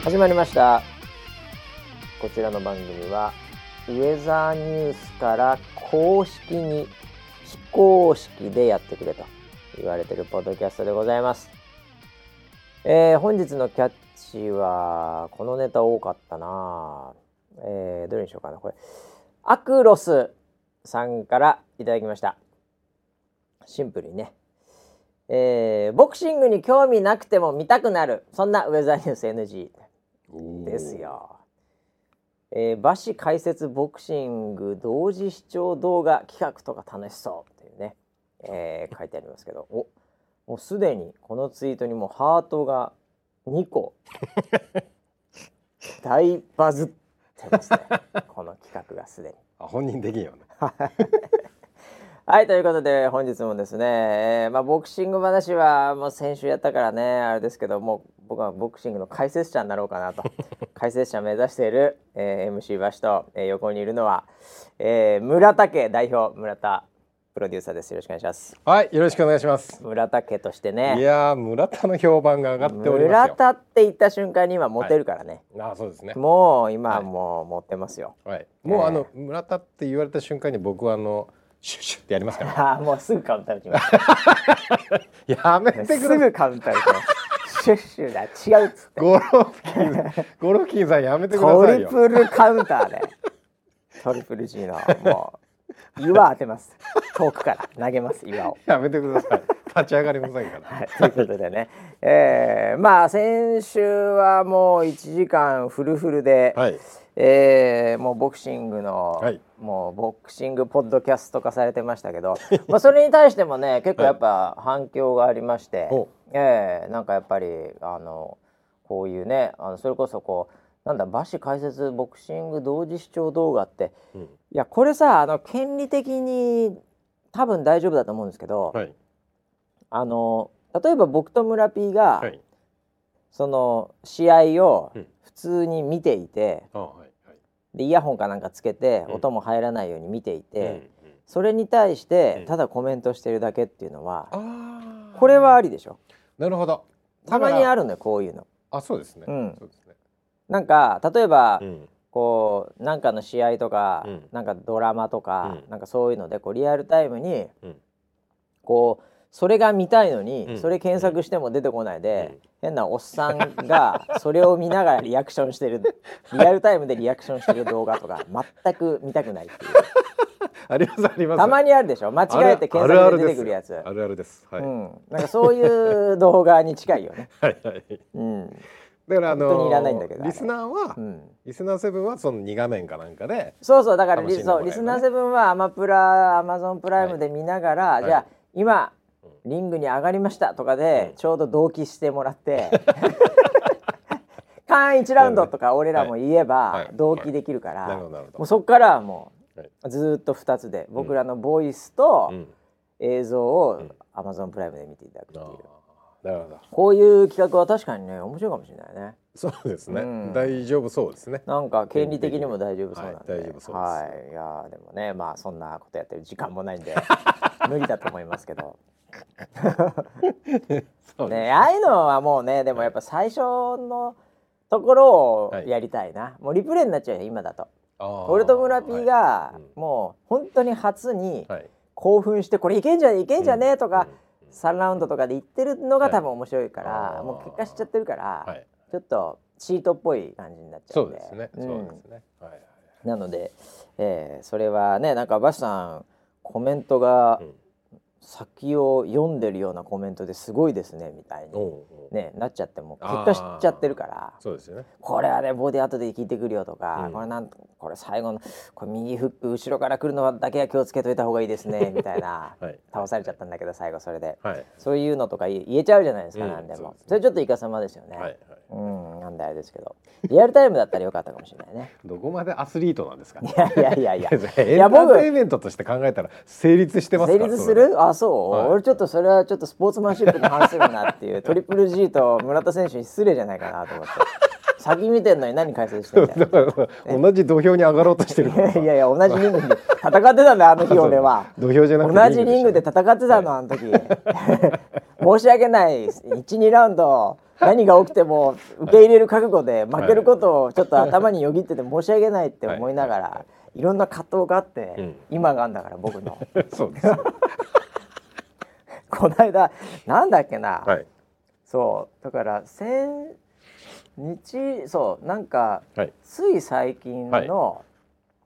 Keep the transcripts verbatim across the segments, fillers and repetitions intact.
始まりました。こちらの番組はウェザーニュースから公式に非公式でやってくれと言われているポッドキャストでございます。えー、本日のキャッチはこのネタ多かったな、えー、どれにしようかな。これアクロスさんからいただきました。シンプルにね、えー、ボクシングに興味なくても見たくなる、そんなウェザーニュース エヌジー ですよ。えー、馬氏解説ボクシング同時視聴動画企画とか楽しそうというね、えー、書いてありますけど、おもうすでにこのツイートにもハートがにこ大バズってますねこの企画がすでに。 あ、本人できんよねはい、ということで本日もですね、えーまあ、ボクシング話はもう先週やったからねあれですけども、僕はボクシングの解説者になろうかなと解説者目指している、えー、エムシー バシと、えー、横にいるのは、えー、村田家代表村田プロデューサーです。よろしくお願いします。 はい、よろしくお願いします。 村田家としてね、 いやー、村田の評判が上がっておりますよ。 村田って言った瞬間に今モテるからね、 はい、あ、そうですね。 もう今はもうモテますよ、 はい、もう、えー、あの村田って言われた瞬間に僕はあのシュッシュってやりますから、ね、 あ、もうすぐカウンター打ちますやめてください。 すぐカウンター打ちますシュッシュだ、違うっつってゴロフキンゴロフキンさんやめてくださいよ。 トリプルカウンターでトリプル G のもう岩当てます。遠くから投げます岩を。 やめてください。立ち上がりませんから、 はい、ということでね、えー、まあ先週はもういちじかんフルフルで、はい、えー、もうボクシングの、はい、もうボクシングポッドキャスト化されてましたけどまあそれに対してもね結構やっぱ反響がありまして、はい、えー、なんかやっぱりあのこういうね、あのそれこそこうなんだ馬氏解説ボクシング同時視聴動画って、うん、いやこれさ、あの権利的に多分大丈夫だと思うんですけど、はい、あの例えば僕と村 P が、はい、その試合を普通に見ていて、うん、はい、でイヤホンかなんかつけて、うん、音も入らないように見ていて、うんうん、それに対してただコメントしてるだけっていうのは、うん、これはありでしょ。 なるほど。 たまにあるのよこういうの。 あ、そうですね、うん、そうですね。 なんか例えば、うん、こうなんかの試合とか、うん、なんかドラマとか、うん、なんかそういうのでこうリアルタイムに、うん、こうそれが見たいのに、うん、それ検索しても出てこないで、うん、変なおっさんがそれを見ながらリアクションしてるリアルタイムでリアクションしてる動画とか全く見たくないっていうありますあります。 たまにあるでしょ、間違えて検索で出てくるやつ。 あるあるです、はい、うん、 なんかそういう動画に近いよねはい、はい、うん、だからあのー、本当にいらないんだけどリスナーは、うん、リスナーセブンはそのに画面かなんかで、 そうそう、だからリ, そうリスナーセブンはアマプラアマゾンプライムで見ながら、はい、じゃあ、はい、今リングに上がりましたとかで、うん、ちょうど同期してもらって間いちラウンドとか俺らも言えば同期できるから、もうそっからはもうずっとふたつで僕らのボイスと映像を Amazon プライムで見ていただくっていう、 なるほど、こういう企画は確かにね面白いかもしれないね。 そうですね、うん、大丈夫そうですね。 なんか権利的にも大丈夫そうなんで、 はい、大丈夫そうです、 はい、いやでもね、まあそんなことやってる時間もないんで無理だと思いますけどね、ああいうのはもうね、でもやっぱ最初のところをやりたいな、はい、もうリプレイになっちゃうよ今だと。俺と村 P が、はい、もう本当に初に興奮してこれいけんじゃねいけんじゃねとか、うん、さんラウンドとかで言ってるのが多分面白いから、はい、もう結果知っちゃってるから、はい、ちょっとチートっぽい感じになっちゃうんで。 そうですね、うん、そうですね、はい、 なので、えー、それはね、なんかバシさんコメントが、うん、先を読んでるようなコメントですごいですねみたいに、ね、なっちゃっても結果知っちゃってるから、 そうですよね、 これはねボディ後で聞いてくるよとか、うん、これなんこれ最後のこれ右フック後ろから来るのだけは気をつけといた方がいいですねみたいな、はい、倒されちゃったんだけど最後それで、はい、そういうのとか言えちゃうじゃないですか、うん、なんでも そ, で、ね、それちょっといかさまですよね、はいはい、うん、なんであれですけどリアルタイムだったらよかったかもしれないねどこまでアスリートなんですか、ね、 いやいやいやいやエンターテインメントとして考えたら成立してますか。 成立する？あ、そう、はい、俺ちょっとそれはちょっとスポーツマンシップに反するなっていうトリプル G と村田選手に失礼じゃないかなと思って先見てんのに何解説してんだよ同じ土俵に上がろうとしてるいやいや同じリングで戦ってたんだよあの日俺は土俵じゃなくて同じリングで戦ってたのあの時申し訳ない いちにラウンド何が起きても受け入れる覚悟で負けることをちょっと頭によぎってて申し訳ないって思いながらいろんな葛藤があって、うん、今があんだから僕のそうですこの間なんだっけな、 はい、 そうだから先日そうなんか、はい、つい最近の、はい、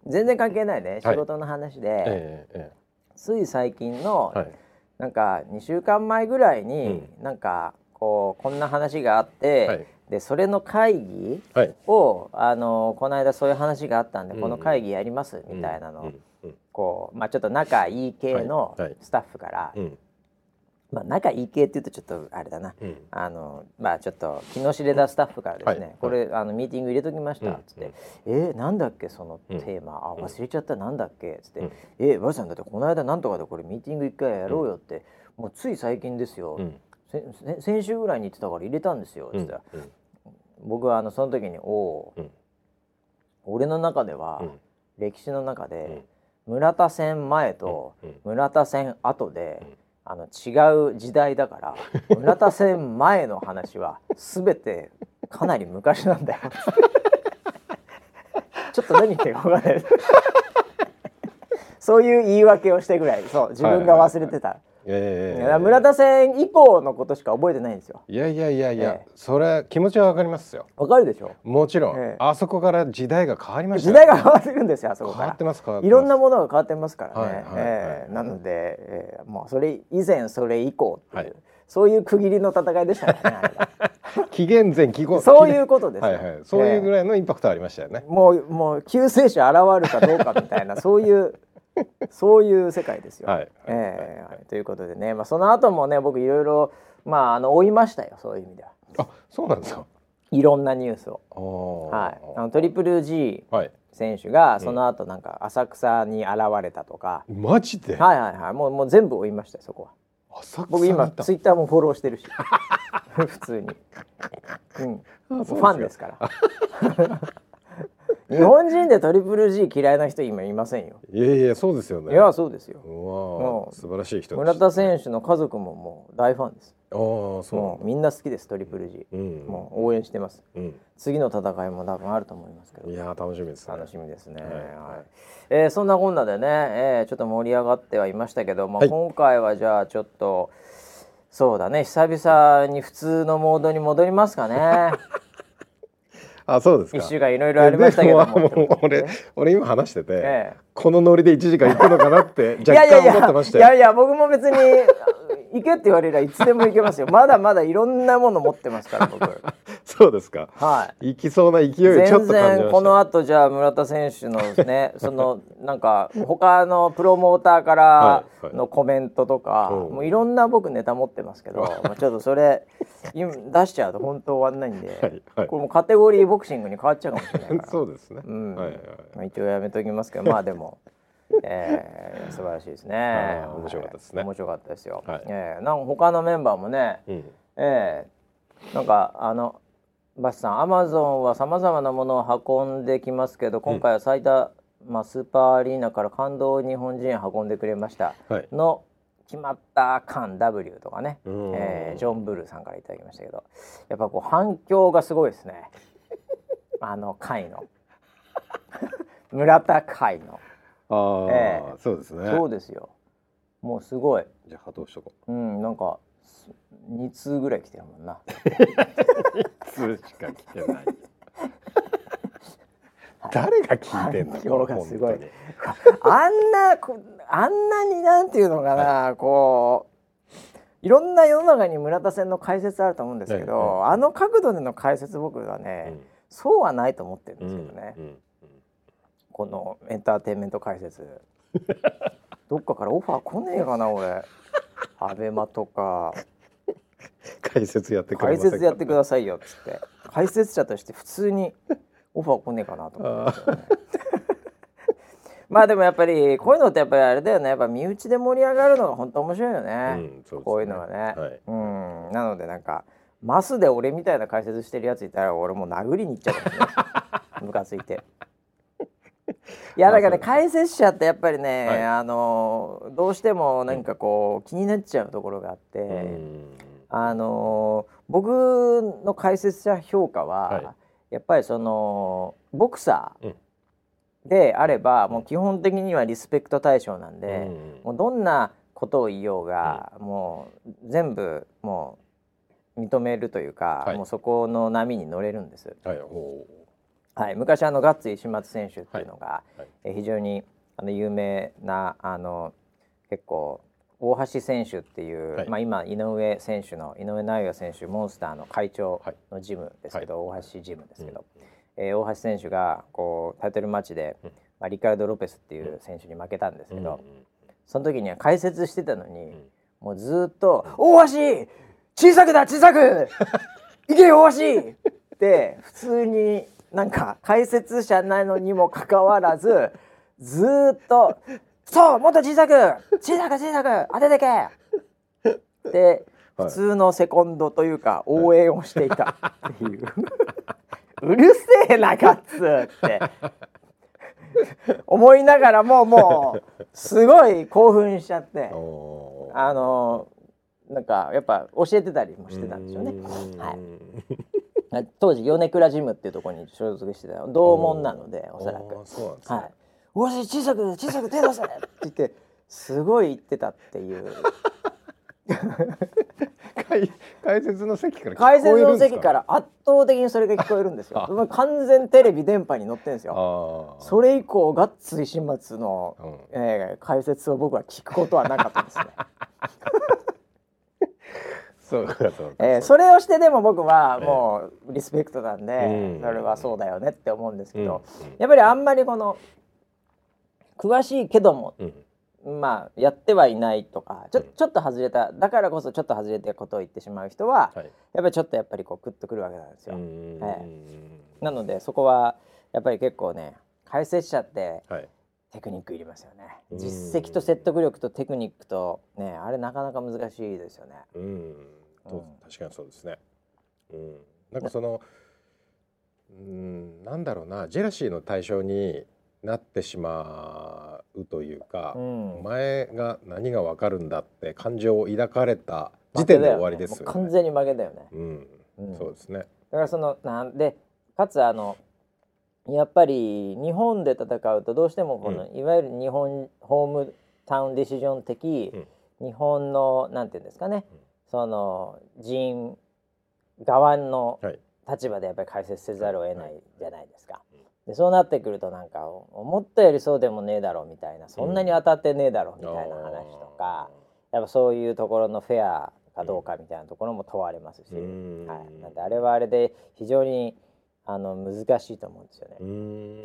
全然関係ないね仕事の話で、はいえーえー、つい最近の、はい、なんかにしゅうかんまえぐらいに、うん、なんかこうこんな話があって、はい、でそれの会議を、はい、あのこの間そういう話があったんで、うん、この会議やりますみたいなのを、うんうん、こうまあちょっと仲いい系のスタッフから、はいはいうんまあ、仲いい系って言うとちょっとあれだな、うん、あのまあちょっと気の知れたスタッフからですね、はい、これあのミーティング入れときましたっつって、うん、えー、なんだっけそのテーマ、うん、あ忘れちゃったなんだっけっつって、うん、えばあさんだってこの間なんとかでこれミーティング一回やろうよって、うん、もうつい最近ですよ、うん、先週ぐらいに言ってたから入れたんですよっつったら、うんうん、僕はあのその時におお、うん、俺の中では、うん、歴史の中で、うん、村田戦前と村田戦後で、うんあの違う時代だから村田戦前の話は全てかなり昔なんだよちょっと何言ってるか分かんないそういう言い訳をしてぐらいそう自分が忘れてた、はいはいえー、村田戦以降のことしか覚えてないんですよ。 いやいやいやいや、えー、それ気持ちは分かりますよ。 分かるでしょ。 もちろん、えー、あそこから時代が変わりました、 ね、時代が変わってるんですよ。あそこから変わってます変わってます。 いろんなものが変わってますからね、はいはいはいえー、なので、えー、もうそれ以前それ以降っていう、はい、そういう区切りの戦いでしたからね紀元前紀後そういうことですよ、 はいはい、そういうぐらいのインパクトありましたよね、 えー、もうもう救世主現るかどうかみたいなそういうそういう世界ですよ。はいえーはい、ということでね、まあ、その後もね僕いろいろ、まあ、あの追いましたよそういう意味では。 あそうなんですか。 いろんなニュースを、はい、あのトリプル G 選手がその後なんか浅草に現れたとか、 うん、マジではいはいはいもう、もう全部追いましたよそこは。浅草僕今ツイッターもフォローしてるし普通に、うん、ファンですから日本人でトリプル G 嫌いな人今いませんよ。 いやいやそうですよね。 いやそうですよ。 うわ素晴らしい人です。 村田選手の家族ももう大ファンです。 あそうもうみんな好きですトリプル G、うん、もう応援してます、うん、次の戦いも多分あると思いますけど。 いや楽しみですね。 楽しみですね、はいはいえー、そんなこんなでね、えー、ちょっと盛り上がってはいましたけど、まあはい、今回はじゃあちょっとそうだね久々に普通のモードに戻りますかねあそうですか。 一週間いろいろありましたけども、もも俺俺今話してて、ええ、このノリでいちじかん行くのかなって若干思ってましたよ。 いやいやいや僕も別に行けって言われればいつでも行けますよ。まだまだいろんなもの持ってますから僕そうですか。 はい。 行きそうな勢いをちょっと感じました。 全然この後じゃあ村田選手のねそのなんか他のプロモーターからのコメントとか、はいはい、もういろんな僕ネタ持ってますけどもうちょっとそれ今出しちゃうと本当終わんないんで、はいはい、これもカテゴリーボクシングに変わっちゃうかもしれないからそうですね、 うんはいはいまあ、一応やめときますけどまあでもえー、素晴らしいですね。 面白かったですね。 面白かったですよ。はいえー、なんか他のメンバーもね、うんえー、なんかあのバシさんアマゾンはさまざまなものを運んできますけど今回は最多、うんまあ、スーパーアリーナから感動を日本人運んでくれましたの、はい決まった感 W とかね、えー、ジョン・ブルーさんからいただきましたけどやっぱこう反響がすごいですねあの会の村田会のあ、えー、そうですねそうですよもうすごいじゃあ波動しとこううんなんかに通ぐらい来てるもんなに通しか来てない誰が聞いてんの。反響がすごいあんなあんなになんていうのかな、はい、こういろんな世の中に村田戦の解説あると思うんですけど、はいはい、あの角度での解説僕はね、うん、そうはないと思ってるんですけどね、うんうんうん、このエンターテインメント解説どっかからオファー来ねえかな俺アベマとか解説やってくれませんか。 解説やってくださいよっつって解説者として普通にオファー来ねえかなと思って、ね、まあでもやっぱりこういうのってやっぱりあれだよねやっぱ身内で盛り上がるのが本当面白いよね、うんそうですね、こういうのはね、はい、うんなのでなんかマスで俺みたいな解説してるやついたら俺もう殴りに行っちゃうかもしれないムカついていやだからね解説者ってやっぱりね、はい、あのどうしても何かこう気になっちゃうところがあって、うんあの僕の解説者評価は、はい、やっぱりそのボクサーであれば、うん、もう基本的にはリスペクト対象なんで、うん、もうどんなことを言おうが、うん、もう全部もう認めるというか、はい、もうそこの波に乗れるんです。はい、はい、昔あのガッツ石松選手っていうのが、はいはい、え非常にあの有名なあの結構大橋選手っていう、はい、まあ、今井上選手の井上尚弥選手モンスターの会長のジムですけど、はい、大橋ジムですけど、うんえー、大橋選手がこうタイトルマッチで、うんまあ、リカルド・ロペスっていう選手に負けたんですけど、うん、その時には解説してたのに、うん、もうずっと「大橋小さくだ小さくいけよ大橋!」って普通になんか解説者なのにもかかわらずずっとそうもっと小さく小さく小さく当ててけで、はい、普通のセコンドというか応援をしていたっていう、はい、うるせえなガッツって思いながらももうすごい興奮しちゃってあのなんかやっぱ教えてたりもしてたんですよね。はい、当時米倉ジムっていうところに所属してた同門なのでおそらくそうなんですね、はいおし小さく小さく手出せって言ってすごい言ってたっていう解説の席から聞こえるんですか？ 解説の席から圧倒的にそれが聞こえるんですよ完全テレビ電波に乗ってるんですよ。それ以降ガッツ石松の、うんえー、解説を僕は聞くことはなかったですねそうかそうか、 えー、それをしてでも僕はもうリスペクトなんで、えー、それはそうだよねって思うんですけど、うんうん、やっぱりあんまりこの詳しいけども、うん、まあやってはいないとかちょ、ちょっと外れただからこそちょっと外れたことを言ってしまう人は、はい、やっぱりちょっとやっぱりこうグッとくるわけなんですよ、えー、なのでそこはやっぱり結構ね解説者ってテクニックいりますよね。実績と説得力とテクニックとねあれなかなか難しいですよね。 うんうん、確かにそうですね、うん、なんかそのうんなんだろうなジェラシーの対象になってしまうというか、うん、お前が何が分かるんだって感情を抱かれた時点で終わりですよね。 もう完全に負けだよね、 うんうん、そうですね。だからそのなんでかつあのやっぱり日本で戦うとどうしてもこの、うん、いわゆる日本ホームタウンディシジョン的、うん、日本のなんていうんですかね、うん、その人側の立場でやっぱり解説せざるを得ないじゃないですか。でそうなってくるとなんか思ったよりそうでもねえだろうみたいなそんなに当たってねえだろうみたいな話とか、うん、やっぱそういうところのフェアかどうかみたいなところも問われますし、うんはい、なんであれはあれで非常にあの難しいと思うんですよね。うん、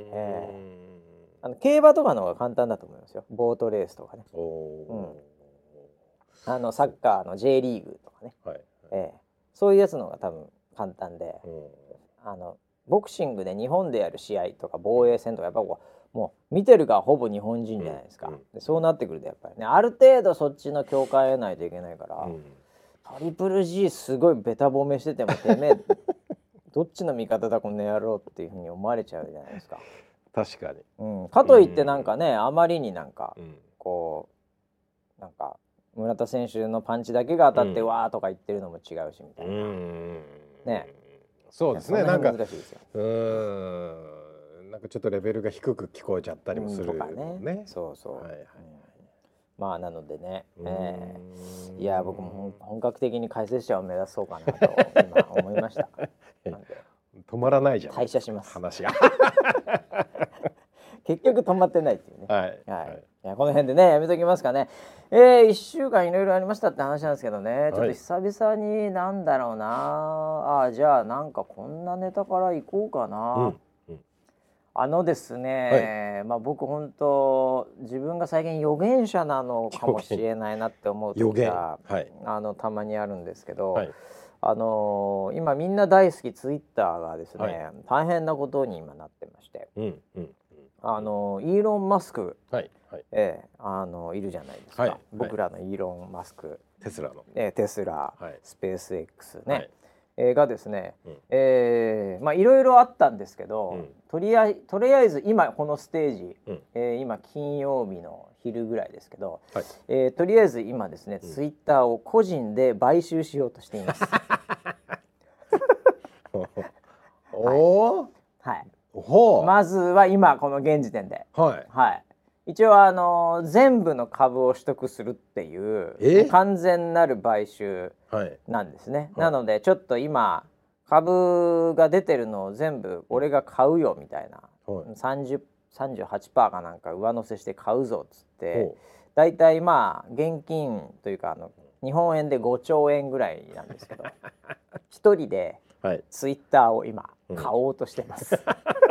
えー、あの競馬とかの方が簡単だと思いますよ。ボートレースとかね、うん、あのサッカーの J リーグとかね、はいえー、そういうやつの方が多分簡単で、うん、あのボクシングで日本でやる試合とか防衛戦とかやっぱこうもう見てるがほぼ日本人じゃないですか、うん、でそうなってくるとやっぱりねある程度そっちの共感得ないといけないから、うん、トリプル G すごいベタ褒めしててもてめえどっちの味方だこの野郎っていうふうに思われちゃうじゃないですか。 確かに、 うん、かといってなんかね、うん、あまりになんか、うん、こうなんか村田選手のパンチだけが当たって、うん、わーとか言ってるのも違うしみたいな、うん、ねそうですね。なんか難しいですよ。うーんなんかちょっとレベルが低く聞こえちゃったりもする、ね、とかね。 ねそうそう。はいはいはい、うん、まあなのでね、えー、いや僕も本格的に解説者を目指そうかなと今思いました。なんで止まらないじゃん。 退社します。 話が結局止まってないっていうね。 はい。 はい。いやこの辺でねやめときますかね。えー、いっしゅうかんいろいろありましたって話なんですけどね、ちょっと久々になんだろうな、はい、あじゃあなんかこんなネタからいこうかな、うんうん、あのですね、はい、まあ僕本当自分が最近預言者なのかもしれないなって思う時が、はい、あのたまにあるんですけど、はい、あのー、今みんな大好きツイッターがですね、はい、大変なことに今なってまして、うんうんあのイーロン・マスク、はいはいえー、あのいるじゃないですか、はい、僕らのイーロン・マスクテスラの、 えー、テスラ、はい、スペース X ね、はいえー、がですね、うんえー、まあいろいろあったんですけど、うん、とりあえとりあえず今このステージ、うんえー、今金曜日の昼ぐらいですけど、はいえー、とりあえず今ですね、うん、ツイッターを個人で買収しようとしていますおー、 はい、 ほう、 まずは今この現時点で、 はい、 はい、一応あの全部の株を取得するっていう完全なる買収なんですね、はい、なのでちょっと今株が出てるのを全部俺が買うよみたいな、はい、さんじゅう、さんじゅうはちパーセント かなんか上乗せして買うぞっつってだいたいまあ現金というかあの日本円でごちょうえんぐらいなんですけど一人でツイッターを今買おうとしてます、うん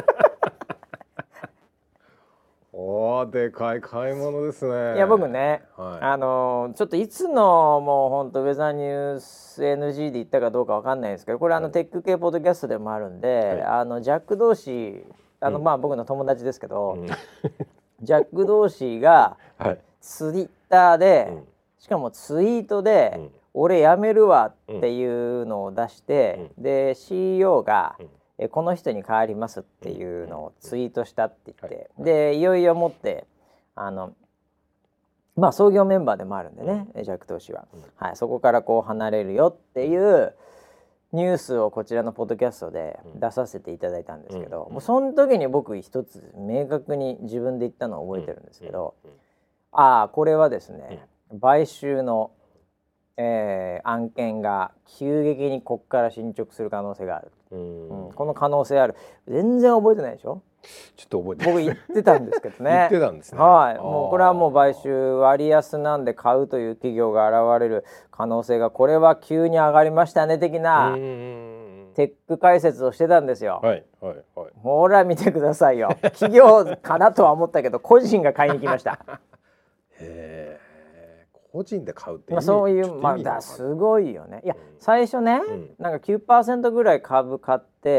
おー、でかい買い物ですね。 いや僕ね、はい、あのー、ちょっといつのもうほんとウェザーニュース エヌジー で言ったかどうかわかんないですけどこれあの、はい、テック系ポッドキャストでもあるんで、はい、あのジャック・ドーシーあの、うん、まあ僕の友達ですけど、うん、ジャック・ドーシーがツイッターで、はい、しかもツイートで、うん、俺辞めるわっていうのを出して、うん、で シーイーオー が、うんえこの人に変わりますっていうのをツイートしたって言って、はい、でいよいよもってあのまあ創業メンバーでもあるんでね、うん、ジャック投手は、うんはい、そこからこう離れるよっていうニュースをこちらのポッドキャストで出させていただいたんですけど、うん、もうその時に僕一つ明確に自分で言ったのを覚えてるんですけど、うん、ああこれはですね、買収のえー、案件が急激にこっから進捗する可能性がある、うんうん、この可能性ある全然覚えてないでしょ。 ちょっと覚えてない僕言ってたんですけどね言ってたんですね、 はい、もうこれはもう買収割安なんで買うという企業が現れる可能性がこれは急に上がりましたね的なテック解説をしてたんですよ、 はいはいはい、 ほら見てくださいよ企業かなとは思ったけど個人が買いに来ましたへー個人で買うって意味、 まあ、そういうまあだすごいよね。いや、うん、最初ね、うん、なんか きゅうパーセント ぐらい株買って、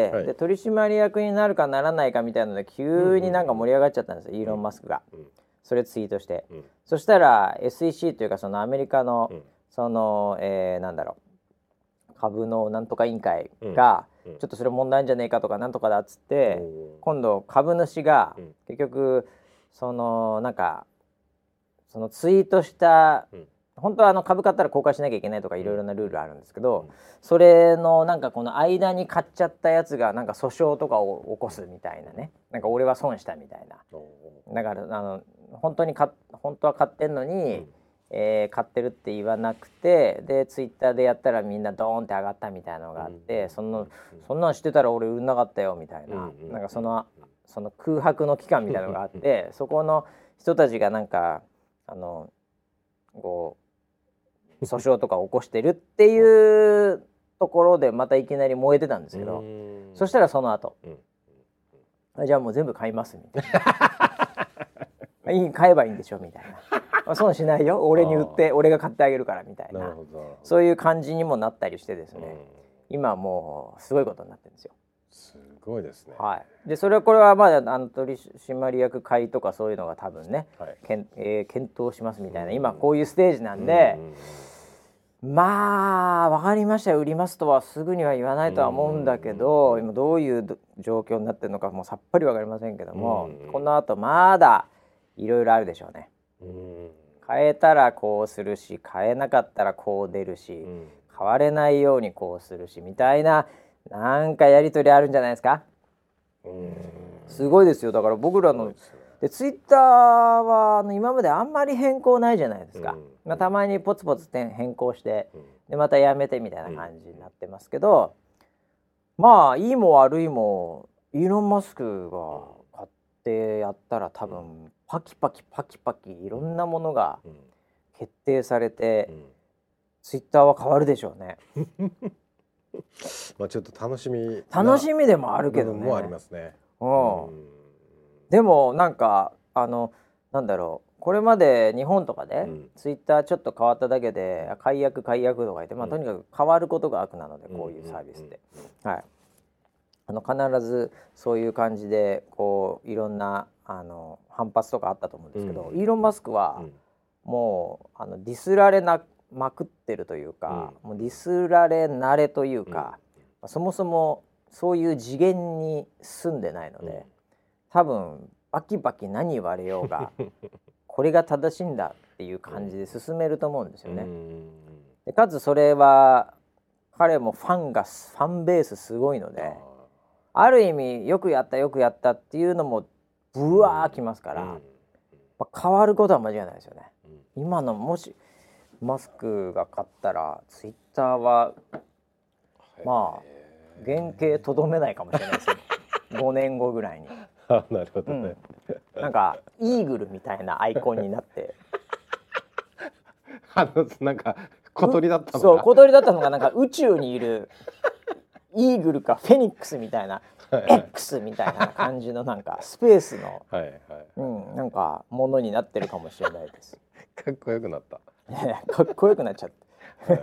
はい、で取締役になるかならないかみたいなので急になんか盛り上がっちゃったんですよ、うんうん、イーロン・マスクが、うん、それツイートして、うん、そしたら エスイーシー というかそのアメリカの、うん、その、えー、なんだろう株のなんとか委員会が、うん、ちょっとそれ問題じゃねえかとかなんとかだっつって、うん、今度株主が、うん、結局そのなんかそのツイートした、うん、本当はあの株買ったら公開しなきゃいけないとかいろいろなルールあるんですけど、うん、それのなんかこの間に買っちゃったやつがなんか訴訟とかを起こすみたいなね、なんか俺は損したみたいな、だからあの本当にか本当は買ってんのに、うんえー、買ってるって言わなくてでツイッターでやったらみんなドーンって上がったみたいなのがあって、うん、そのそんなん知ってたら俺売んなかったよみたいな、うん、なんかそのその空白の期間みたいなのがあってそこの人たちがなんかあのこう訴訟とか起こしてるっていうところでまたいきなり燃えてたんですけどそしたらその後、うん、じゃあもう全部買いますみたいな買えばいいんでしょみたいな損しないよ俺に売って俺が買ってあげるからみたいなそういう感じにもなったりしてですね、うん、今もうすごいことになってるんですよ。 すごいですね。 はい。でそれはこれはまだあの取締役会とかそういうのが多分ね、はいけんえー、検討しますみたいな、うん、今こういうステージなんで、うん、まあ分かりましたよ売りますとはすぐには言わないとは思うんだけど、うん、今どういう状況になってるのかもうさっぱり分かりませんけども、うん、この後まだいろいろあるでしょうね。うん、変えたらこうするし変えなかったらこう出るし、うん、変われないようにこうするしみたいななんかやり取りあるんじゃないですか。うんすごいですよ。だから僕らのでツイッターはあの今まであんまり変更ないじゃないですか、うんまあ、たまにポツポツ変更して、うん、でまたやめてみたいな感じになってますけど、うん、まあいいも悪いもイーロン・マスクが買ってやったら多分パキパキパキパキいろんなものが決定されて、うん、ツイッターは変わるでしょうねまあちょっと楽しみ楽しみでもあるけどねもありますね。 うん、でもなんかあのなんだろうこれまで日本とかで、うん、ツイッターちょっと変わっただけで解約解約とか言って、まあ、とにかく変わることが悪なので、うん、こういうサービスって、うん、はい、あの必ずそういう感じでこういろんなあの反発とかあったと思うんですけど、うん、イーロン・マスクは、うん、もうあのディスられなまくってるというか、うん、もうディスられ慣れというか、うん、そもそもそういう次元に住んでないので、うん、多分バキバキ何言われようがこれが正しいんだっていう感じで進めると思うんですよね。うん、でかつそれは彼もファンがファンベースすごいのである意味よくやったよくやったっていうのもブワーきますから、うんまあ、変わることは間違いないですよね、うん、今のもしマスクが勝ったらツイッターはまあ原型とどめないかもしれないですねごねんごぐらいにあなるほどね、 うん、なんかイーグルみたいなアイコンになってあのなんか小鳥だったのがそう小鳥だったのがなんか宇宙にいるイーグルかフェニックスみたいなはい、はい、X みたいな感じのなんかスペースの、はいはいうん、なんかものになってるかもしれないです。 かっこよくなった。 かっこよくなっちゃって。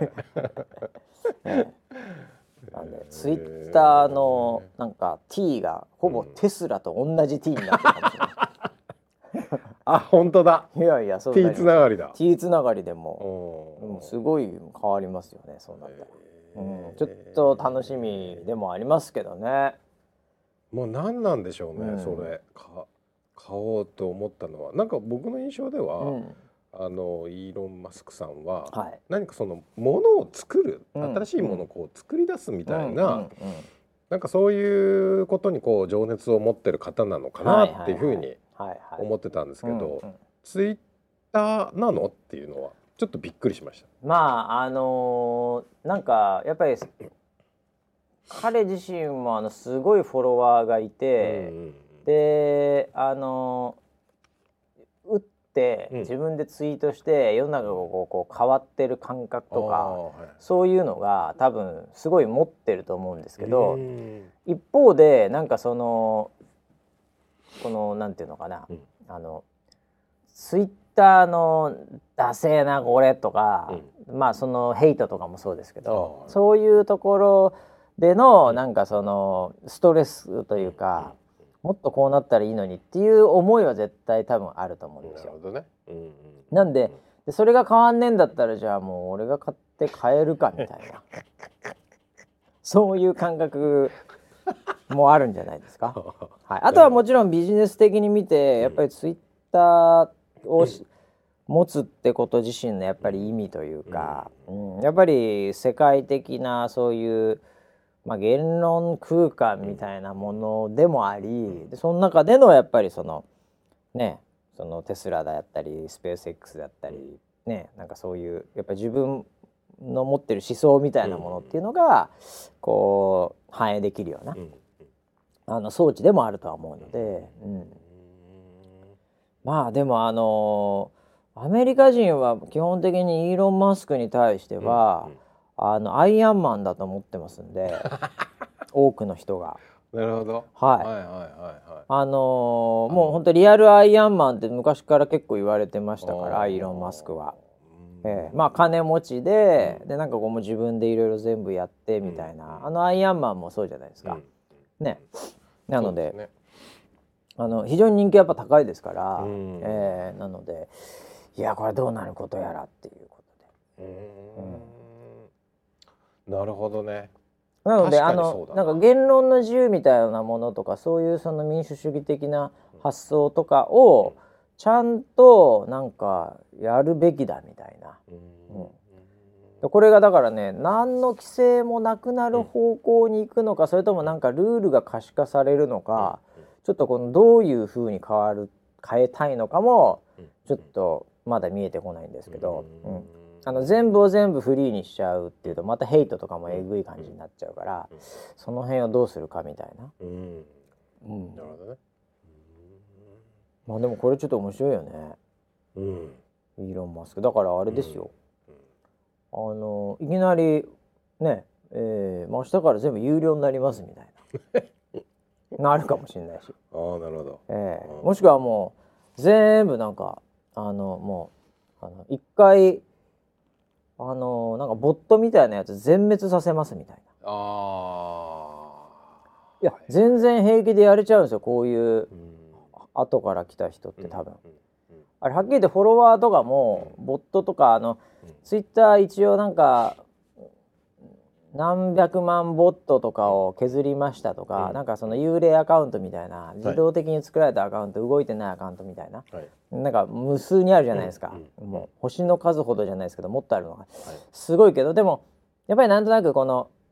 ね、なんでツイッターのなんか T がほぼテスラと同じ T になってるかもしれない。 あ本当だ。 いやいやそう T つながりだ。 T つながりでも、うん、すごい変わりますよねそうなったら。うん、ちょっと楽しみでもありますけどね。 もう何なんでしょうね、うん、それか買おうと思ったのはなんか僕の印象では、うん、あのイーロン・マスクさんは、はい、何かそのものを作る、うん、新しいものをこう作り出すみたいな、うんうんうん、なんかそういうことにこう情熱を持ってる方なのかなっていうふうに思ってたんですけど、ツイッターなのっていうのはちょっとびっくりしました。 まああのー、なんかやっぱり彼自身もあのすごいフォロワーがいて、うんうん、であの打って自分でツイートして世の中がこうこう変わってる感覚とか、はい、そういうのが多分すごい持ってると思うんですけど、一方でなんかそのこのなんていうのかな、うん、あのツイッターのダセーなこれとか、うん、まあそのヘイトとかもそうですけど、そういうところでのなんかそのストレスというか、もっとこうなったらいいのにっていう思いは絶対多分あると思うんですよ。なるほどね。うんうん、なんで、でそれが変わんねえんだったらじゃあもう俺が買って買えるかみたいなそういう感覚もあるんじゃないですか。はい、あとはもちろんビジネス的に見てやっぱりツイッターを持つってこと自身のやっぱり意味というか、うん、やっぱり世界的なそういうまあ、言論空間みたいなものでもあり、でその中でのやっぱりそのねそのテスラだったりスペース X だったりねなんかそういうやっぱり自分の持ってる思想みたいなものっていうのがこう反映できるようなあの装置でもあるとは思うので、うん、まあでもあのアメリカ人は基本的にイーロン・マスクに対しては、うんうんあのアイアンマンだと思ってますんで多くの人が。 なるほど、 はい、はいはいはいはいあのー、もう本当リアルアイアンマンって昔から結構言われてましたからイーロン・マスクは、えー、まあ金持ちで、うん、でなんかこうもう自分でいろいろ全部やってみたいな、うん、あのアイアンマンもそうじゃないですか、うん、ねなので、ね、あの非常に人気やっぱ高いですから、うんえー、なのでいやこれどうなることやらっていうことで。うんなるほどね。 なのであのなんか言論の自由みたいなものとかそういうその民主主義的な発想とかをちゃんとなんかやるべきだみたいな、うんうん、これがだからね何の規制もなくなる方向に行くのか、それともなんかルールが可視化されるのか、ちょっとこのどういう風に変わる変えたいのかもちょっとまだ見えてこないんですけど、うんあの全部を全部フリーにしちゃうっていうとまたヘイトとかもえぐい感じになっちゃうから、うん、その辺をどうするかみたいな、うんうん、なるほどね。まあでもこれちょっと面白いよね、うん、イーロン・マスクだからあれですよ、うん、あのいきなりね、えー、明日から全部有料になりますみたいななるかもしれないしああなるほど、 えー、もしくはもう全部なんかあのもうあの一回あのなんかボットみたいなやつ全滅させますみたいな。あいや全然平気でやれちゃうんですよこういう後から来た人って多分、うんうんうん、あれはっきり言ってフォロワーとかもボットとかあの、うん、ツイッター一応なんか何百万ボットとかを削りましたとか、うん、なんかその幽霊アカウントみたいな自動的に作られたアカウント、はい、動いてないアカウントみたいな、はい、なんか無数にあるじゃないですか、うんうん、もう星の数ほどじゃないですけどもっとあるのが、はい、すごいけどでもやっぱりなんとなくこの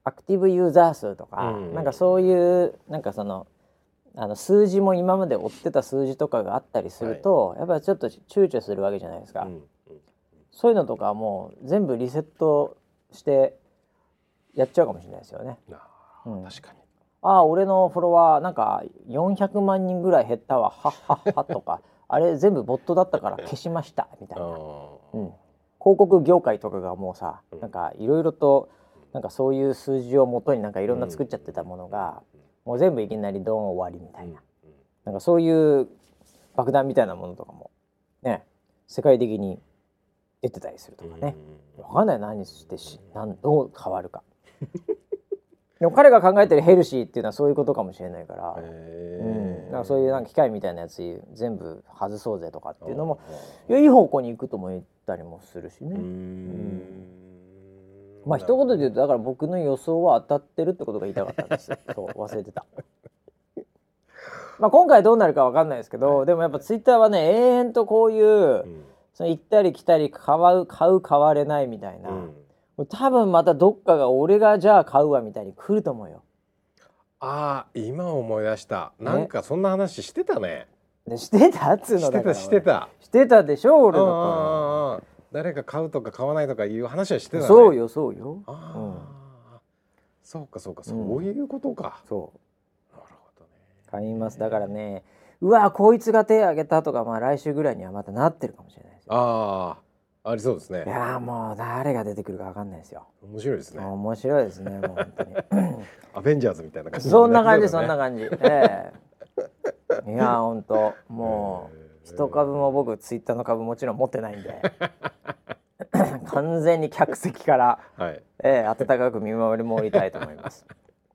アクティブユーザー数とか、うん、なんかそういうなんかそのあの数字も今まで追ってた数字とかがあったりすると、はい、やっぱりちょっと躊躇するわけじゃないですか、うんうん、そういうのとかもう全部リセットしてやっちゃうかもしれないですよね。 あ、うん、確かに。 ああ俺のフォロワーなんかよんひゃくまんにんぐらい減ったわはっはっはとかあれ全部ボットだったから消しましたみたいな、うん、広告業界とかがもうさ、うん、なんかいろいろとなんかそういう数字をもとになんかいろんな作っちゃってたものが、うん、もう全部いきなりドーン終わりみたいな、うん、なんかそういう爆弾みたいなものとかもね世界的に出てたりするとかね、うん、分かんない何してしなんどう変わるかでも彼が考えてるヘルシーっていうのはそういうことかもしれないから、うん、なんかそういうなんか機械みたいなやつ全部外そうぜとかっていうのもいい方向に行くとも言ったりもするしね。うん、まあ一言で言うとだから僕の予想は当たってるってことが言いたかったんですよ。そう忘れてた。まあ今回どうなるか分かんないですけど、はい、でもやっぱツイッターはね永遠とこういう、うん、その行ったり来たり買う買う買われないみたいな。うん、多分またどっかが俺がじゃあ買うわみたいに来ると思うよ。 ああ今思い出した、ね、なんかそんな話してたね。 でしてたっつうのだからしてたしてたしてたでしょ俺だから誰が買うとか買わないとかいう話はしてたね。 そうよそうよ。 あ、うん、そうかそうかそういうことか、 うん、そうなるほどね。買いますだからねうわこいつが手挙げたとかまあ来週ぐらいにはまたなってるかもしれないですよ。 ああありそうですね。 いやもう誰が出てくるか分かんないですよ。 面白いですね。 面白いですねもう本当にアベンジャーズみたいな感じ、 ね、そんな感じそんな感じ、ええ、いや本当もう一株も僕ツイッターの株もちろん持ってないんで完全に客席から、はいええ、温かく見守りたいと思います、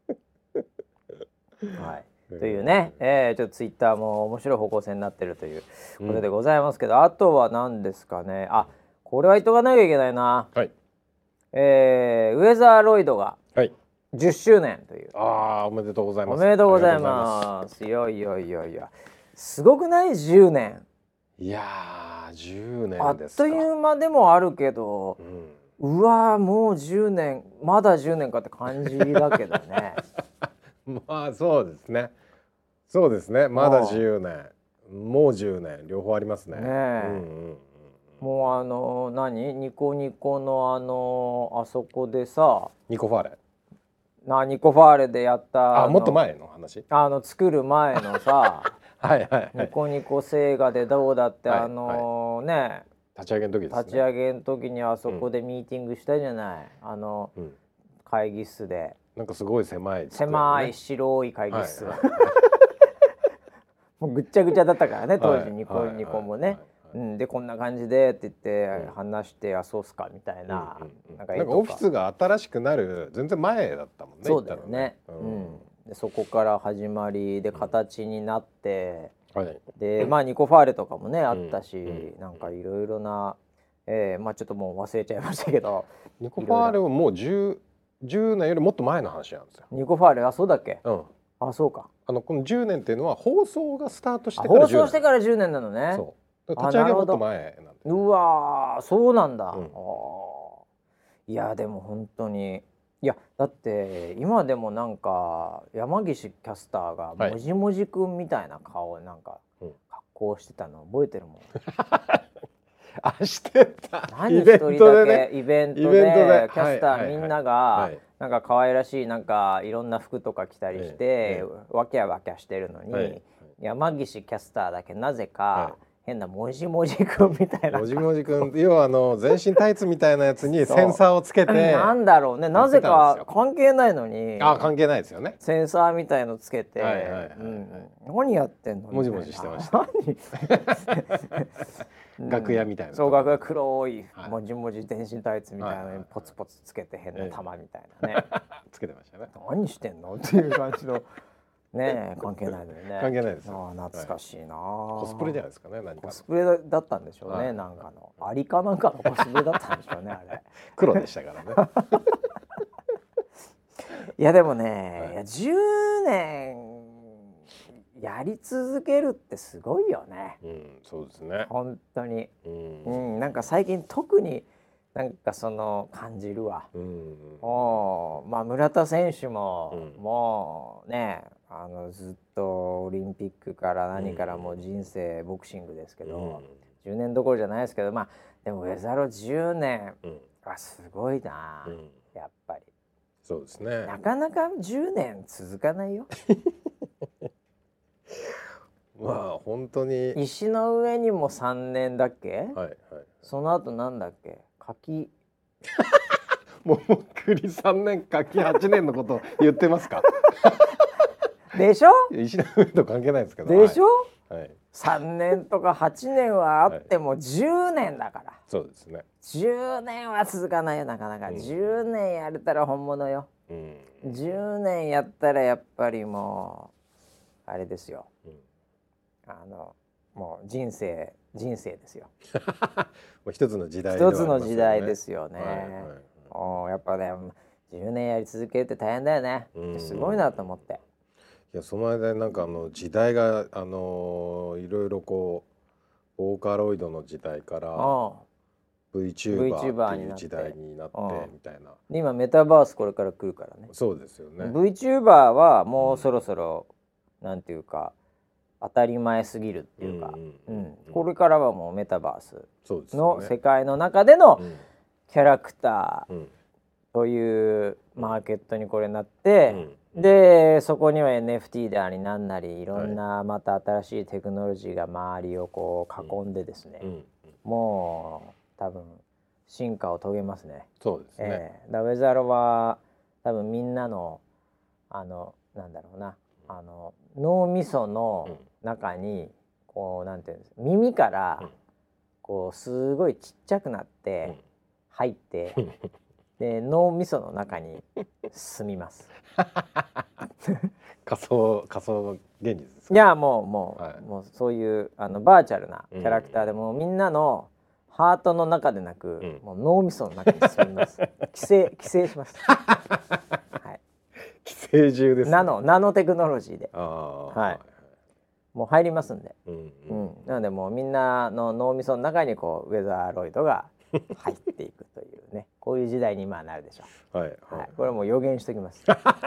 はいというね、えー、ちょっとツイッターも面白い方向性になってるということでございますけど、うん、あとは何ですかね。あこれは言っとかなきゃいけないな、はいえー、ウェザーロイドがじゅっしゅうねんという、 はい、あおめでとうございます。 おめでとうございます。いやいやいやいやすごくないじゅうねん。いやーじゅうねんですか。あっという間でもあるけど、うん、うわーもうじゅうねんまだじゅうねんかって感じだけどねまあそうですねそうですねまだじゅうねんもうじゅうねん両方ありますね。ねえ、うんうんうん、 もうあの何ニコニコのあのあそこでさニコファーレなニコファーレでやったあもっと前の話あの作る前のさはいはい、はい、 ニコニコ星画でどうだって、はい、あのー、ね立ち上げの時ですね。 立ち上げの時にあそこでミーティングしたじゃない、うん、あの、うん、会議室でなんかすごい狭い、ね、 狭い白い会議室、はい、もうぐっちゃぐちゃだったからね当時ニコニコもね、うん、でこんな感じでって言って話して、うん、あそうっすかみたいな、 うんうんうん、なんかなんかオフィスが新しくなる全然前だったもんね。 そうだよね、うん、でそこから始まりで形になって、うんはい、でまあニコファーレとかもねあったし、うん、なんかいろいろな、えー、まあちょっともう忘れちゃいましたけどニコファーレはもうじゅう、じゅうねんよりもっと前の話なんですよ。 ニコファーレあそうだっけ、うん、あそうかあのこのじゅうねんっていうのは放送がスタートしてからじゅうねん放送してからじゅうねんなのね。 そう立ち上げもっと前なんで。 うわそうなんだ、うん、あいやでも本当にいやだって今でもなんか山岸キャスターがもじもじくんみたいな顔なんか格好してたの覚えてるもん、うん、 あしてた何一人だけイベントでキャスターみんながなんか可愛らしいなんかいろんな服とか着たりしてわきゃわきゃしてるのに、はい、山岸キャスターだけなぜか、はい変なもじもじくんみたいなもじもじくん要はあの全身タイツみたいなやつにセンサーをつけてなんだろうねなぜか関係ないのにあ関係ないですよねセンサーみたいのつけて何やってんのもじもじしてました楽屋みたいなそう楽屋黒いもじもじ全身タイツみたいなのにポツポツつけて変な玉みたいなねつけてましたね何してんのっていう感じのねえ関係ないのよね関係ないですあ懐かしいな、 はい、コスプレじゃないですかね何かコスプレだったんでしょうね、はい、なんかのアリかなんかのコスプレだったんでしょうねあれ黒でしたからねいやでもね、はい、いやじゅうねんやり続けるってすごいよね、 うん、そうですね本当に、うん、うん、なんか最近特になんかその感じるわ。 うん、 おまあ村田選手も、 うん、 もうねあのずっとオリンピックから何からもう人生ボクシングですけど、うん、じゅうねんどころじゃないですけど、まあでもウェザロじゅうねんはすごいな、うん、やっぱり。 そうですね。 なかなかじゅうねん続かないよ。 まあ本当に石の上にもさんねんだっけ、はいはい、その後なんだっけ柿桃栗さんねん柿はちねんのこと言ってますかでしょ。 石の上と関係ないですけどでしょ、 はいはい、 さんねんとかはちねんはあってもじゅうねんだから、はい、 そうですね。 じゅうねんは続かないよなかなか、うん、じゅうねんやれたら本物よ、うん、じゅうねんやったらやっぱりもうあれですよ、うん、あのもう人生人生ですよもう一つの時代ではありますよね。 一つの時代ですよね、はいはいはい、おやっぱねじゅうねんやり続けるって大変だよね、うん、すごいなと思って。 いやその間なんかあの時代があのいろいろこうボーカロイドの時代から VTuber っていう時代になってみたいな。 今メタバースこれから来るからね。 そうですよね。 VTuber はもうそろそろ、うん、なんていうか当たり前すぎるっていうか、うんうんうん、これからはもうメタバースの世界の中でのキャラクターというマーケットにこれなって、うん、でそこには エヌエフティー でありなんなりいろんなまた新しいテクノロジーが周りをこう囲んでですね、うんうん、もう多分進化を遂げますね。 そうですね、 えー、だウェザロは多分みんなのあのなんだろうなあの脳みその中にこうなんていうんです耳からこうすごいちっちゃくなって入ってで脳みその中に住みます仮想仮想現実ですか。 いやもうもう、はい、もうそういうあのバーチャルなキャラクターでも、うん、みんなのハートの中でなく、うん、もう脳みその中に住みます寄生寄生しますはい寄生獣ですね。 ナノナノテクノロジーで、 あ、 はい、もう入りますんで、うんうんうん、なのでもうみんなの脳みその中にこうウェザーロイドが入っていくというねこういう時代に今なるでしょう。はいはいはい、これもう予言しておきます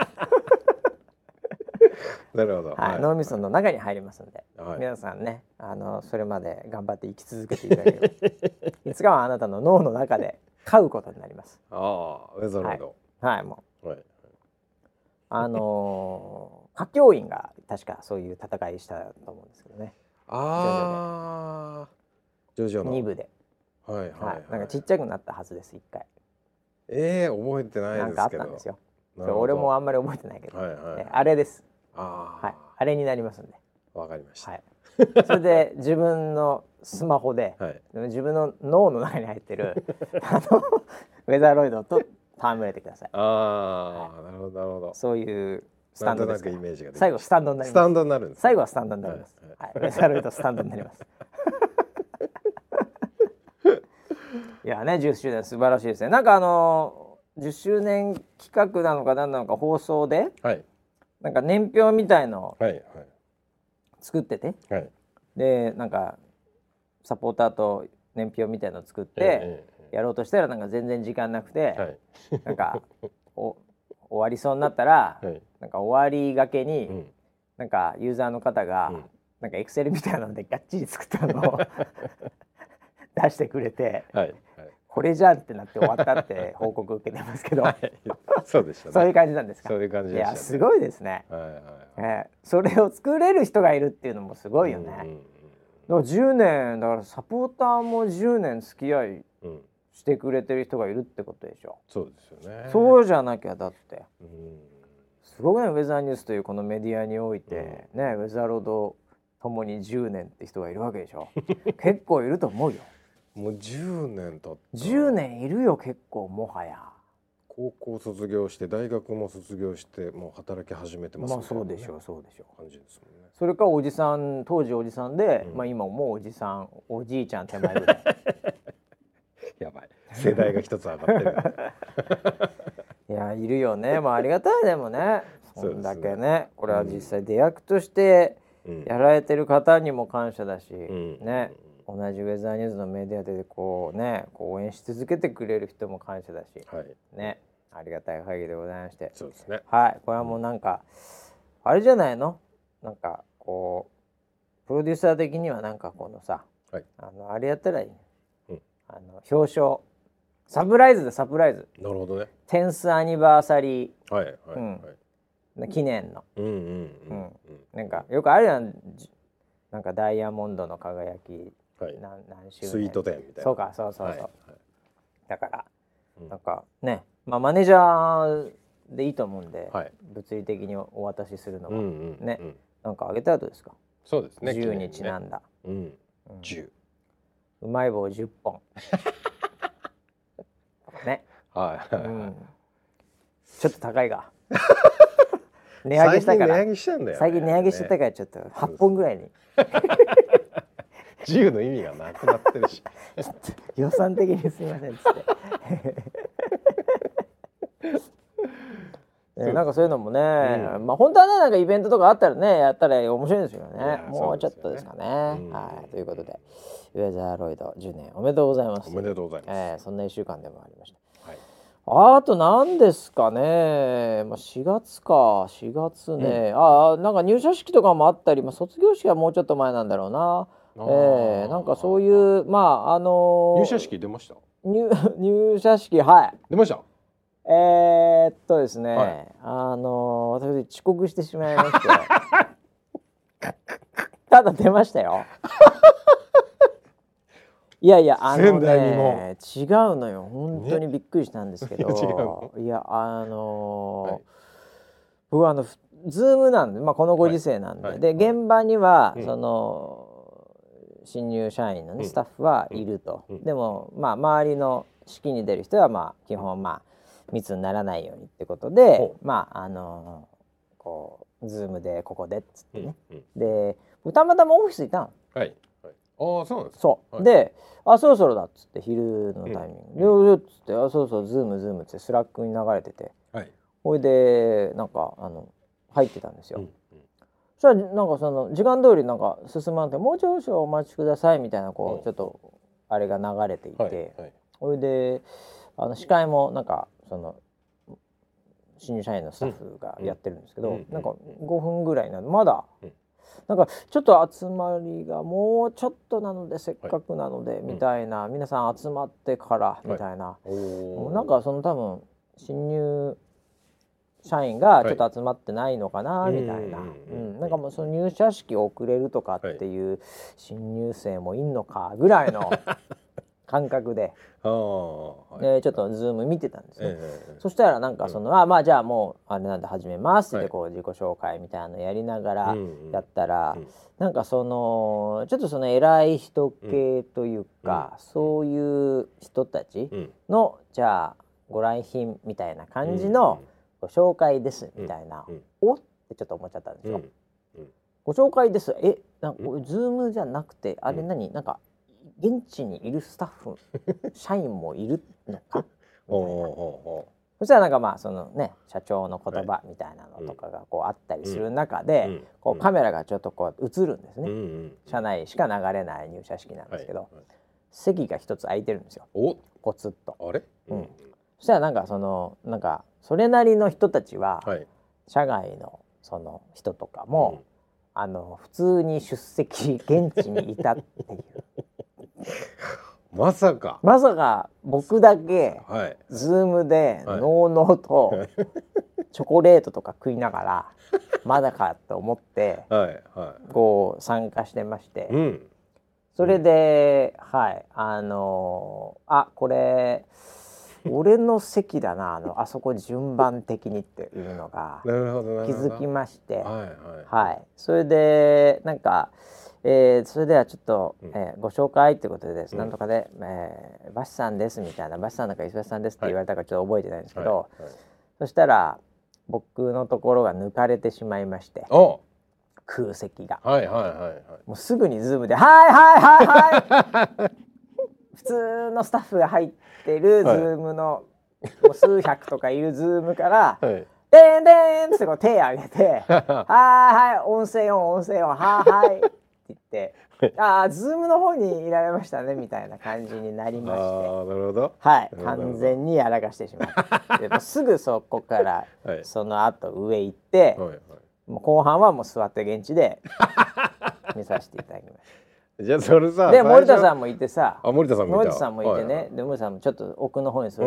なるほど、 はいはい、脳みその中に入りますんで、はい、皆さんねあのそれまで頑張って生き続けていただければいつかはあなたの脳の中で飼うことになります。 ああウェザーロイド、 はい、はい、もう、 はい、 あのー、歌教員が確かそういう戦いしたと思うんですけどね。 ああジョジョのに部で、 はいはいはい、はい、 なんかちっちゃくなったはずです一回。 ええー、覚えてないですけど。なんかあったんですよ。俺もあんまり覚えてないけど、 はいはいはい、 あれです。 あ、 はい、あれになりますんで。 わかりました。 はい、それで自分のスマホで、はい、自分の脳の中に入ってるあのウェザーロイドと戯れてください。 ああ、はい、なるほどなるほど。 そういうスタンドですから。 なんとなくイメージができる。 最後スタンドになります。 スタンドになるんです、ね。 最後はスタンドになります。はいはい、ウェザーロイドスタンドになります。いやねじゅっしゅうねん素晴らしいですね。なんかあのじゅっしゅうねん企画なのか何なのか放送で、はい、なんか年表みたいの作ってて、はいはい、でなんかサポーターと年表みたいの作ってやろうとしたらなんか全然時間なくて、はい、なんかお終わりそうになったら、はい、なんか終わりがけに、うん、なんかユーザーの方が、うん、なんかエクセルみたいなのでがっちり作ったのを出してくれて、はいはい、これじゃんってなって終わったって報告受けてますけど、はい、 そうでしたね。 そういう感じなんですか。 そういう感じでしたね。 いやすごいですね、はいはいはい、えー、それを作れる人がいるっていうのもすごいよね、うんうんうん、だからじゅうねんだからサポーターもじゅうねん付き合いしてくれてる人がいるってことでしょ。 そうですよね。 そうじゃなきゃだって、うん、すごくねウェザーニュースというこのメディアにおいて、うん、ねウェザーロードともにじゅうねんって人がいるわけでしょ結構いると思うよ。 もうじゅうねん経った。 じゅうねんいるよ結構。もはや高校卒業して大学も卒業してもう働き始めてますね。 まあそうでしょうそうでしょう。 感じですもんね。 それかおじさん当時おじさんで、うん、まあ今もうおじさんおじいちゃん手前ぐらいやばい世代が一つ上がってるいやいるよね。まあありがたいでもねそんだけねこれは実際出役としてやられてる方にも感謝だし、うん、ね同じウェザーニューズのメディアでこうねこう応援し続けてくれる人も感謝だし、 はい、 ねありがたい限りでございまして、 そうですね。 はい、これはもうなんか、うん、あれじゃないの、なんかこうプロデューサー的にはなんかこのさ、はい、あのあれやったらいい、うん、あの表彰サプライズでサプライズ。 なるほどね。 テンスアニバーサリー、 はいはい、 うんはい、記念の、 うんうんうんうん、 なんかよくあるやん、なんかダイヤモンドの輝き、はい、何, 何周年スイートテンみたいな。 そうかそうそうそう、はいはい、だから、 うん、 なんかね、まあマネージャーでいいと思うんで、はい、物理的にお渡しするのは、うんうんうん、ね、なんかあげたらどうですか。 そうですね。 じゅうにちなんだ。 うん、うん、じゅう。うまい棒じゅっぽん。ね。 はい、うん。 ちょっと高いが。値上げしたから。 最近値上げしたんだよね。 最近値上げしてたからちょっとはっぽんぐらいに。 じゅうの意味がなくなってるし。 予算的にすいませんっつって。えー、なんかそういうのもね、うん、まあ本当はねなんかイベントとかあったらねやったら面白いんですよね。もうちょっとですかね。ね、はい、ということでウェザーロイドじゅうねんおめでとうございます。 おめでとうございます。 えー、そんないっしゅうかんでもありました。はい、あと何ですかね、まあ、しがつかしがつね、うん、あなんか入社式とかもあったり、まあ、卒業式はもうちょっと前なんだろうな。えー、なんかそういうまああのー、 入社式出ました。 入, 入社式はい出ました。 えー、っとですね、はい、あのー、私遅刻してしまいましてただ出ましたよ。いやいやあのね違うのよ本当にびっくりしたんですけど、ね、いやあのーはい、僕はあのズームなんで、まあ、このご時世なんで、はい、で、はい、現場には、うん、その新入社員の、ね、スタッフはいると、うん、でもまあ周りの式に出る人はまあ基本まあ密にならないようにってことで、まああのー、こうズームでここでっつってね、うんうん、でたまたまオフィスいたの。 はい、はい、ああそうなんですか。 そう、はい、であそろそろだっつって昼のタイミングで、うん、っつってあそうそうズームズームってスラックに流れてて、はい、ほいでなんかあの入ってたんですよ。うんうん、そしたらなんかその時間通りなんか進まんでもう少々お待ちくださいみたいなこう、うん、ちょっとあれが流れていて、はいはい、ほいであの司会もなんかその新入社員のスタッフがやってるんですけど、うん、なんかごふんぐらいなんでまだ、うん、なんかちょっと集まりがもうちょっとなのでせっかくなので、はい、みたいな、うん、皆さん集まってからみたいな、はい、なんかその多分新入社員がちょっと集まってないのかな、はい、みたいな、うん、なんかもうその入社式遅れるとかっていう新入生もいんのかぐらいの感覚であ、はい、でちょっとズーム見てたんですね、えー、そしたらなんかその、うん、あまあじゃあもうあれなんで始めますってこう自己紹介みたいなのやりながらやったら、うんうん、なんかそのちょっとその偉い人系というか、うん、そういう人たちの、うん、じゃあご来賓みたいな感じのご紹介ですみたいな、うん、おってちょっと思っちゃったんですよ、うんうん、ご紹介ですえなんかズームじゃなくてあれ何、うん、なんか現地にいるスタッフ社員もいるのかみたいなそしたらなんかまあそのね社長の言葉みたいなのとかがこうあったりする中で、うん、こうカメラがちょっとこう映るんですね、うん、社内しか流れない入社式なんですけど、はいはい、席が一つ空いてるんですよポツッとあれ、うん、そしたらなんかそのなんかそれなりの人たちは、はい、社外のその人とかも、うん、あの普通に出席現地にいたっていうまさかまさか僕だけ、はい、ズームでのうのうとチョコレートとか食いながらまだかと思って、はいはい、こう参加してまして、うん、それで、うん、はいあのー、あこれ俺の席だな あ, のあそこ順番的にっていうのが気づきまして、はいはいはい、それでなんか、えー、それではちょっと、うんえー、ご紹介ということでです、うん、なんとかで、えー、バシさんですみたいなバシさんなんか石橋さんですって言われたかちょっと覚えてないんですけど、はいはい、そしたら僕のところが抜かれてしまいまして空席が、はいはいはいはい、もうすぐにズームではいはいはいはい普通のスタッフが入ってるズームの、はい、もう数百とかいるズームから「はい、でんでん」ってこう手挙げて「はいはい音声音音声音はいはい」って言ってああズームの方にいられましたねみたいな感じになりまして、 あなるほど、 はい完全にやらかしてしまってですぐそこからその後上行って、はいはい、もう後半はもう座って現地で見させていただきました。 じゃあそれさで森田さんもいてさあ森田さんもいた森田さんもいてね、はいはい、で森田さんもちょっと奥の方に座って、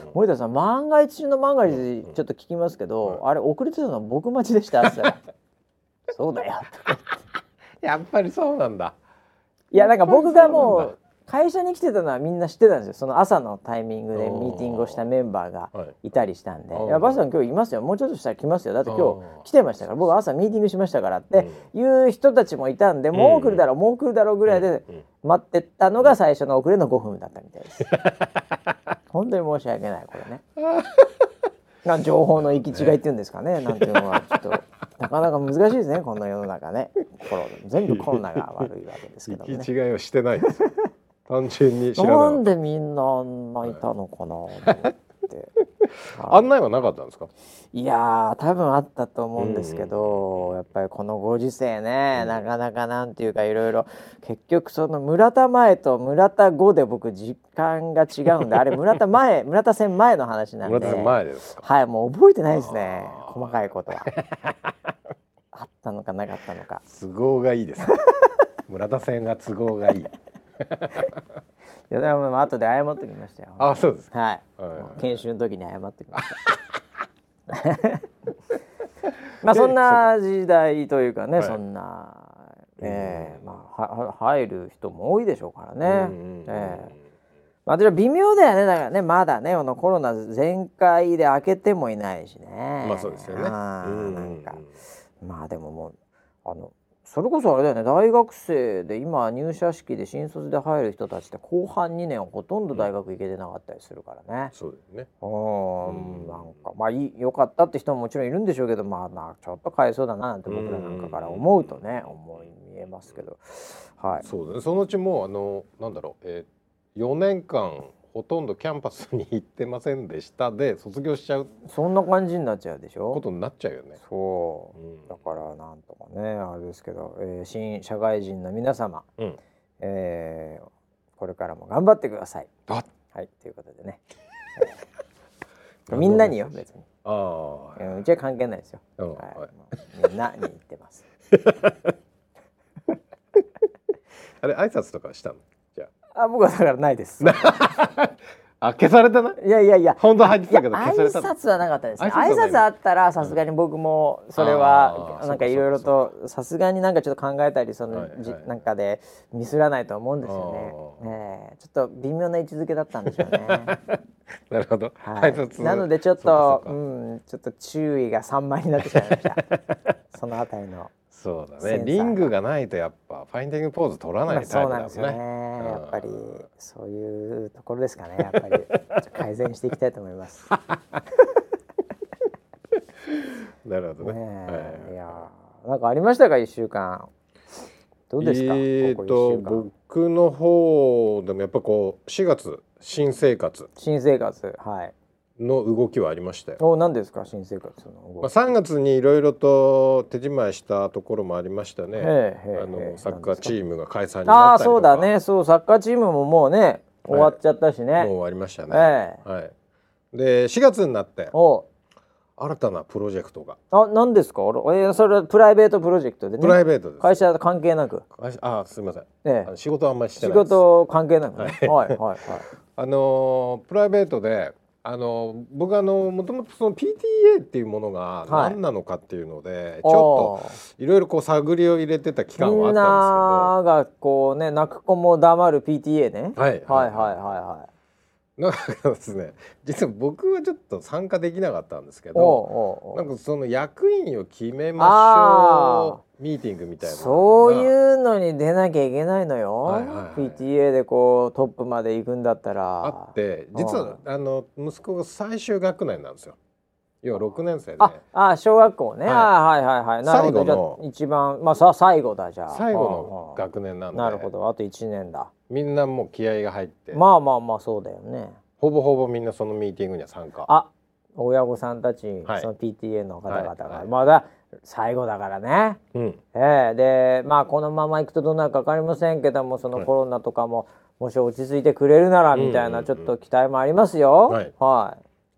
森田さん万が一の万が一ちょっと聞きますけど、うんうん、あれ遅れてたのは僕待ちでしたって言ったらそうだよやっぱりそうなんだ。 いやなんか僕がもう会社に来てたのはみんな知ってたんですよ。その朝のタイミングでミーティングをしたメンバーがいたりしたんで、はい、いやバスさん今日いますよ、もうちょっとしたら来ますよ、だって今日来てましたから、僕朝ミーティングしましたからっていう人たちもいたんで、うん、もう来るだろうもう来るだろうぐらいで待ってたのが最初の遅れのごふんだったみたいです本当に申し訳ないこれねなん情報の行き違いっていうんですかね、なんていうのはちょっとなかなか難しいですねこの世の中ね。コロ全部コロナが悪いわけですけどもね。 行き違いはしてないです単純に知らない。 なんでみんなあんないたのかなと思って案内はなかったんですか？ いやー多分あったと思うんですけど、うん、やっぱりこのご時世ね、うん、なかなかなんていうかいろいろ結局その村田前と村田後で僕時間が違うんであれ村田前村田線前の話なんで村田線前ですか？ はいもう覚えてないですね細かいことはあったのかなかったのか。 都合がいいです村田線が都合がいいいやでも後で謝ってきましたよ。 あそうですか。 はい、はいはいはい、研修の時に謝ってきましたまあそんな時代というかね、はい、そんな、えーまあ、は入る人も多いでしょうからね。えーまあ、でも微妙だよねだからねまだねこのコロナ全開で開けてもいないしね。 まあそうですよね。あなんかまあでももうあのそれこそあれだよね大学生で今入社式で新卒で入る人たちって後半にねんほとんど大学行けてなかったりするからね。 そうですね。 うんなんかまあいい良かったって人ももちろんいるんでしょうけどまあなちょっとかえそうだななんて僕らなんかから思うとね思い見えますけど、はい。 そうだね。そのうちもうあのなんだろう、えー、よねんかんほとんどキャンパスに行ってませんでしたで卒業しちゃうそんな感じになっちゃうでしょ。 ことになっちゃうよね。 そう、うん、だからなんとかねあれですけど、えー、新社会人の皆様、うんえー、これからも頑張ってください。 あはいということでねみんなによ別にあ、 えー、うちは関係ないですよ、はいはい、みんなに言ってますあれ挨拶とかしたの？じゃああ僕はだからないですあ消されたな。 いやいやいや本当は入ってたけど消されたの。 挨拶はなかったですね。挨拶あったらさすがに僕もそれはなんかいろいろとさすがになんかちょっと考えたりその、はいはい、じなんかでミスらないと思うんですよね。ねちょっと微妙な位置づけだったんでしょうねなるほど、 はい、なのでちょっとうんちょっと注意が散漫になってしまいましたそのあたりの。 そうだねリングがないとやっぱファインディングポーズ取らないタイプだもんね。 そうなんですよね、やっぱりそういうところですかねやっぱり改善していきたいと思いますなるほどね、 ねはい、いやなんかありましたかいっしゅうかんどうですか？ えーと僕の方でもやっぱこうしがつ新生活新生活はいの動きはありましたよ。 お何ですか新生活の動き、 まあ、さんがつにいろいろと手仕舞いしたところもありましたね。 へーへーあのサッカーチームが解散になったりとか。あそうだねそうサッカーチームももうね終わっちゃったしね、 はい、もう終わりましたね、 えー、 はい、でしがつになってお新たなプロジェクトがあ何ですか？えー、それはプライベートプロジェクトでね。 プライベートです。 会社関係なくあすみません、 ええ、 仕事あんまりしてないです。 仕事関係なくね、はい、はいはいはいあのー、プライベートであの僕あのもともとその ピーティーエー っていうものが何なのかっていうので、はい、ちょっといろいろこう探りを入れてた期間はあったんですけど、みんながこうね泣く子も黙る ピーティーエー ね、 はい、 はいはいはいはいなんかですね実は僕はちょっと参加できなかったんですけど、おうおうおうなんかその役員を決めましょうミーティングみたいなそういうのに出なきゃいけないのよ、はいはいはい、ピーティーエー でこうトップまで行くんだったらあって実はあの息子が最終学年なんですよ。要はろくねん生でああ小学校ね、はい、はいはいはいなるほど。じゃあ一番まあさ最後だじゃあ最後の学年なんでなるほどあといちねんだ。 みんなもう気合が入ってまあまあまあそうだよね。 ほぼほぼみんなそのミーティングには参加。 あ親御さんたち、はい、その ピーティーエー の方々が、はいはい、まだ最後だからね、 うんえー、でまあこのままいくとどうなるか分かりませんけども、そのコロナとかももし落ち着いてくれるならみたいなちょっと期待もありますよ。はい、はい、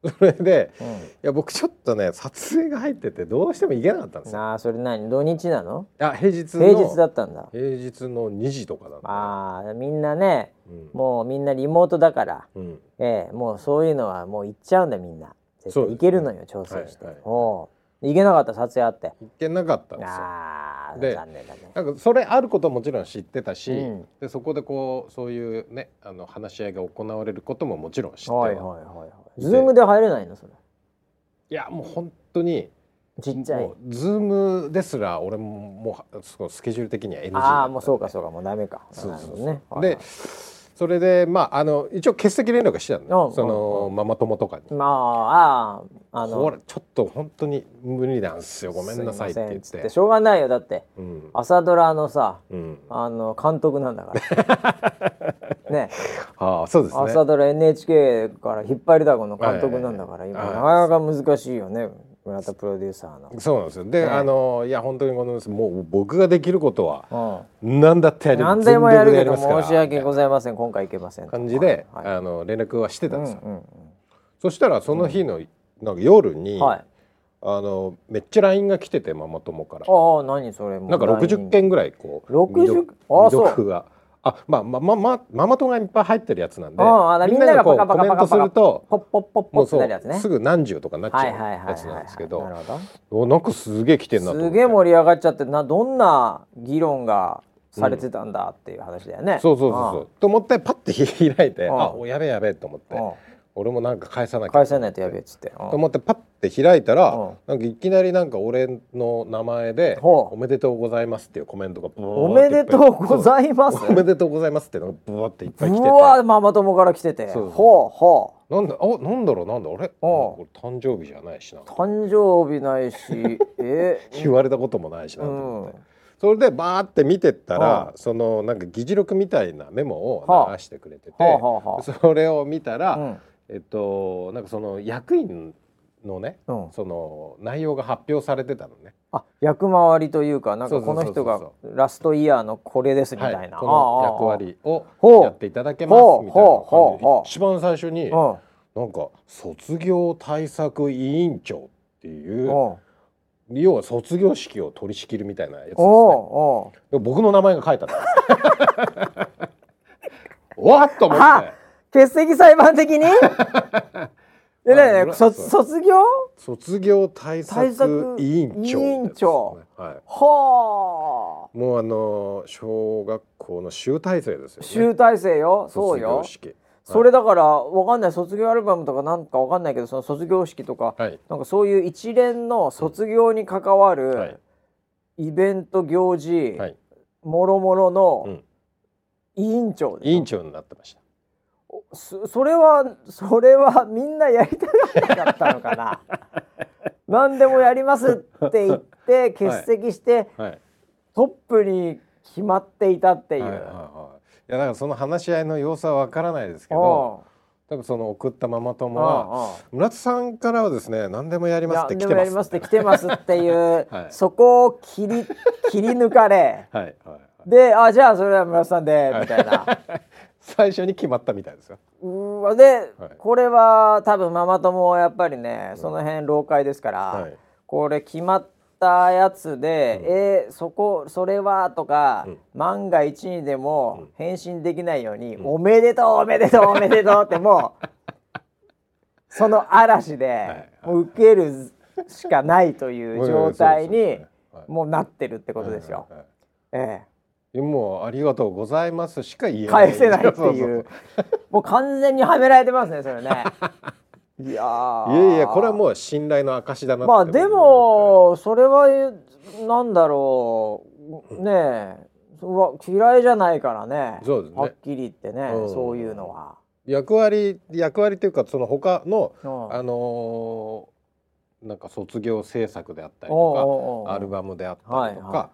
それで、うん、いや僕ちょっとね撮影が入っててどうしても行けなかったんですよ。 ああ、それ何土日なの？ あ、平日の平日だったんだ。 平日のにじとかだった。 ああ、みんなね、うん、もうみんなリモートだから、うん、えー、もうそういうのはもう行っちゃうんだよみんな。絶対行けるのよ、ね、調整して。はいはい、お行けなかった、撮影あって。 行けなかったんですよ。 あで、 残念だね。 なんかそれあることももちろん知ってたし、うん、でそこでこうそういうねあの話し合いが行われることももちろん知っては、はいはいはいはい、 ズームで入れないのそれ？ いやもう本当にちっちゃい。 ズームですら俺ももうスケジュール的には エヌジー だった。 ああ、もうそうかそうか、もうダメか。 そうそうそうね。でそれでまああの一応欠席連絡してたの、そのママ友とかに。 まあああのこれちょっと本当に無理なんですよ、ごめんなさいって言って。 しょうがないよ、だって、うん、朝ドラのさ、うん、あの監督なんだからね。 ああ、そうですね。 朝ドラ エヌエイチケー から引っ張りだこの監督なんだから、今なかなか難しいよね、村田プロデューサーの。 そうなんですよ。で、ね、あのいや本当にこのもう僕ができることは何だってやる、 何でもやるけど申し訳ございません、今回行けません感じで、はい、あの連絡はしてたんですよ。うんうんうん、そしたらその日の、うん、なんか夜に、はい、あのめっちゃ ライン が来てて、ママ友から。 ああ、何それもなんかろくじゅっけんぐらいこうろくじゅう、ああそう、 未読が。あ、まあまあまあまあママ友がいっぱい入ってるやつなんで、 みんながこうコメントするとポッポッポッポッってなるやつね。 すぐ何十とかなっちゃうやつなんですけど、おなんかすげえ来てんなと思って。 すげえ盛り上がっちゃって、などんな議論がされてたんだっていう話だよね。 うん、そうそうそうそう。と思ってパッて開いて、あ、おやべえやべえと思って。俺もなんか返さなきゃ返さないとやべえっつってと思ってパッて開いたら、なんかいきなりなんか俺の名前でおめでとうございますっていうコメントがブワーおめでとうございますおめでとうございますっていうのがブワーっていっぱい来てて、 うわママ友から来てて、ほうほうなんだ、あ、なんだろうなんだあれ、これ誕生日じゃないしな、 誕生日ないしえ言われたこともないしなと思って、それでバーって見てったら、そのなんか議事録みたいなメモを流してくれてて、それを見たら、えっとなんかその役員のね、うん、その内容が発表されてたのね。 あ、役回りというか、なんかこの人がラストイヤーのこれですみたいな、はい、 この役割をやっていただけますみたいな感じで、一番最初になんか卒業対策委員長っていう、要は卒業式を取り仕切るみたいなやつですね。僕の名前が書いてあったんですわっと思って。 欠席裁判的にえねね卒業卒業対策委員長、 委員長、 はい、 はあ、もうあの小学校の集大成ですよね。 集大成よ、そうよ。 卒業式、 それだからわかんない、卒業アルバムとかなんかわかんないけど、その卒業式とか、はい、なんかそういう一連の卒業に関わるイベント行事、はい、もろもろの委員長で、 委員長になってました。 そ, それはそれはみんなやりたかったのかな何でもやりますって言って欠席して、はいはい、トップに決まっていたっていう、はいはいはい、いやだからその話し合いの様子はわからないですけど、多分その送ったママ友は村田さんからはですね、何でもやりますって来てます、何でもやりますって来てますっていう、はい、そこを切り切り抜かれ、はいはいはい、で、あ、じゃあそれは村田さんで、はい、みたいな最初に決まったみたいですよ。 うわで、はい、これは多分ママ友はやっぱりね、その辺老解ですから、はい、これ決まったやつで、うん、えー、そこそれはとか、うん、万が一にでも返信できないように、うん、おめでとうおめでとうおめでとうってもうその嵐で、はい、もう受けるしかないという状態にもうなってるってことですよ。ええ、 もうありがとうございますしか言えない、 返せないっていうもう完全にはめられてますね、それね。いやいやいや、これはもう信頼の証だなって。 まあでもそれはなんだろうねえ、嫌いじゃないからね。そうですね、はっきり言ってね、うん、そういうのは役割役割というか、その他の、うん、あのー、なんか卒業制作であったりとかアルバムであったりとか、はいはい、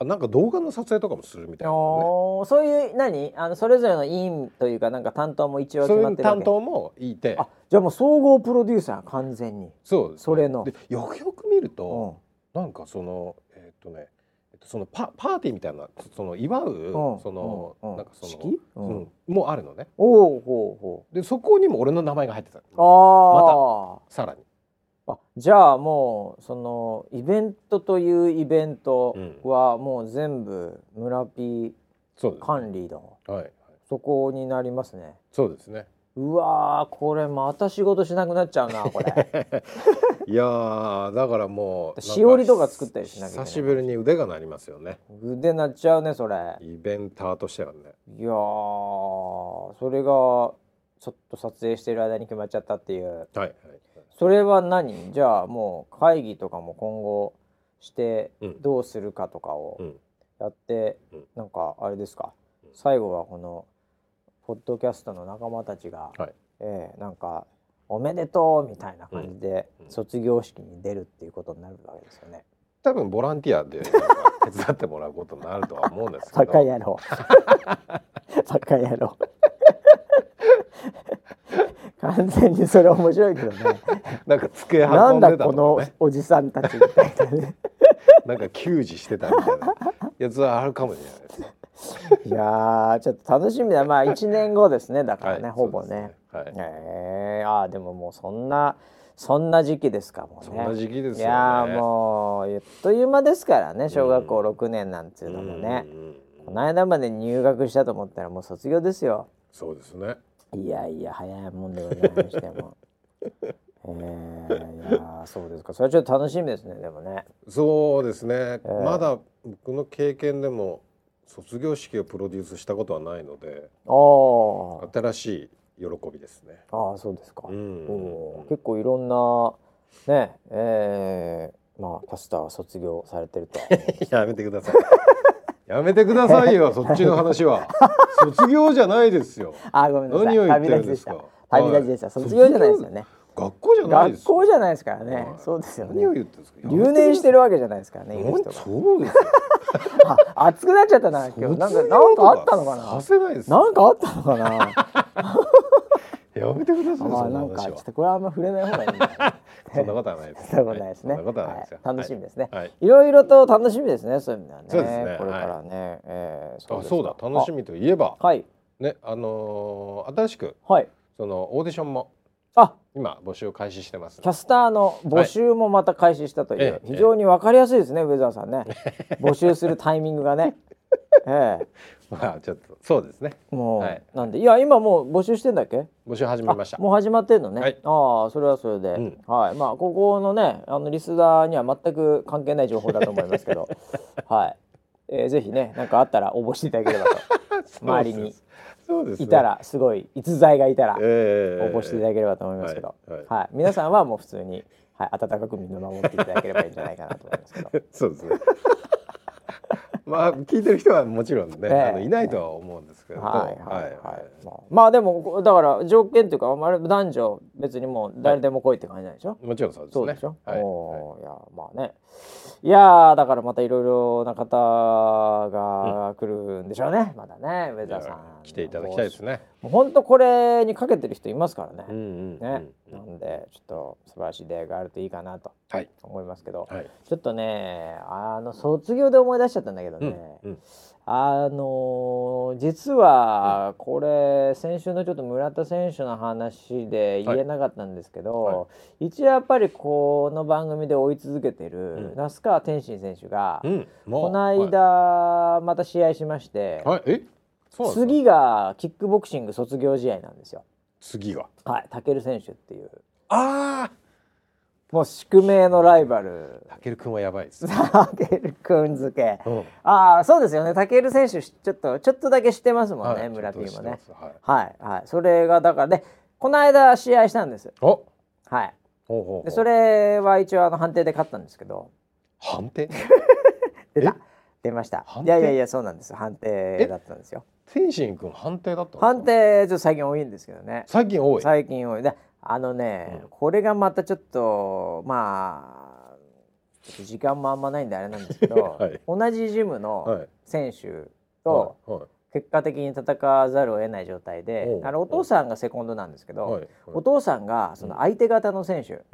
なんか動画の撮影とかもするみたいな、ね、 そういう何あのそれぞれの委員というか、なんか担当も一応決まってるわけ。 そういう担当もいて、 あ、じゃあもう総合プロデューサー完全に。 そうです、ね、 それのでよくよく見ると、 なんかそのえっとねその パ, パーティーみたいなその祝う、うん、その、うん、なんかその式、うんうん、もあるのね。 おうほうほうでそこにも俺の名前が入ってた。あまたさらに。 あじゃあもうそのイベントというイベントはもう全部村 P 管理だ、はい、そこになりますね。 そうですね。 うわーこれまた仕事しなくなっちゃうなこれいやーだからもうしおりとか作ったりしなきゃいけない。 久しぶりに腕が鳴りますよね。 腕鳴っちゃうねそれ。 イベンターとしてはね。 いやーそれがちょっと撮影している間に決まっちゃったっていう。はいはい。それは何じゃあもう会議とかも今後してどうするかとかをやって、うんうん、なんかあれですか、うん、最後はこのポッドキャストの仲間たちが、はい、えー、なんかおめでとうみたいな感じで卒業式に出るっていうことになるわけですよね。 多分ボランティアで手伝ってもらうことになるとは思うんですけど。 バカ野郎バカ野郎完全にそれ面白いけどねなんか机運んでたとかね。 なんだこのおじさんたちみたいなねなんか給仕してたみたいなやつはあるかもしれないです。 いやちょっと楽しみだ。まあいちねんごですねだからね、はい、ほぼね。はい、えー、あでももうそんなそんな時期ですかもうね。 そんな時期ですよね。いやもうあっという間ですからね小学校ろくねんなんていうのもね、うん、この間まで入学したと思ったらもう卒業ですよ。 そうですね。 いやいや早いもんでございましてもえー、いやそうですか。それはちょっと楽しみですねでもね。 そうですね、えー、まだ僕の経験でも卒業式をプロデュースしたことはないので、あ新しい喜びですね。 ああそうですか、うん、お結構いろんなねえー、まあキャスターは卒業されてるとやめてくださいやめてくださいよそっちの話は卒業じゃないですよ。 あごめんなさい何を言ってるんですか。 旅立ちでした。卒業じゃないですよね。 学校じゃないです。 学校じゃないですからね。はい、そうですよね。 何を言ってるんですか。 留年してるわけじゃないですからね。いる人が。 そうですよ。 あ熱くなっちゃったな今日。なんかなんかあったのかな。 させないです。 なんかあったのかな。 やめてください。 まあなんかちょっとこれはあんま触れない方がいいんだよ。 そんなことはないです。 そんなことないですね。楽しみですね。いろいろと楽しみですね。そういう意味ではね。 そうですね。 これからね。ええあそうだ楽しみといえば。はい。ねあの新しく。はい。そのオーディションも。あ今募集を開始してます。 キャスターの募集もまた開始したという、はい、非常に分かりやすいですね、ええ、ウェザーさんね募集するタイミングがねええまあちょっとそうですねもう、はい、なんでいや今もう募集してんだっけ。 募集始めました。 もう始まってんのね、はい、ああそれはそれで、うん、はいまあここのねあのリスナーには全く関係ない情報だと思いますけどはい、えー、ぜひねなんかあったら応募していただければと周りにそうですね、いたらすごい逸材がいたら応募していただければと思いますけど、えーはいはいはい、皆さんはもう普通に、はい、温かく見守っていただければいいんじゃないかなと思いますけどそうですねまあ聞いてる人はもちろんね、えー、あのいないとは思うんですけど、はいはいはい、 まあ、まあでもだから条件というかあれ男女別にもう誰でも来いって感じなんでしょ、はい、 もちろんそうですね。そうでしょ、 はい、おいやまあねいやだからまたいろいろな方が来るんでしょうね、うん、まだねウェザーさん来ていただきたいですね。 もう本当これにかけてる人いますからね、うんうん、ね、うん、なんでちょっと素晴らしい出会いがあるといいかなと思いますけど、はい、ちょっとねあの卒業で思い出しちゃったんだけどね、うんうん、あのー、実はこれ先週のちょっと村田選手の話で言えなかったんですけど、はいはい、一応やっぱりこの番組で追い続けてる那須川天心選手が、うん、この間また試合しまして、はい、え次がキックボクシング卒業試合なんですよ。 次がはいタケル選手っていうああもう宿命のライバル。 タケルくんはやばいです。 タケルくん付け、うん、ああそうですよね。タケル選手ちょっとちょっとだけ知ってますもんね、はい、村 P もね、はい、はいはいそれがだからねこの間試合したんです。おはいほうほうほうでそれは一応あの判定で勝ったんですけど。 判定出た出ました。いやいやいやそうなんです判定だったんですよ。 天心くん判定だったんですか。 判定ちょっと最近多いんですけどね。 最近多い最近多いであのね、うん、これがまたちょっとまあ時間もあんまないんであれなんですけど、はい、同じジムの選手と結果的に戦わざるを得ない状態で、はいはい、あのお父さんがセコンドなんですけど、はいはい、お父さんがその相手方の選手、うん、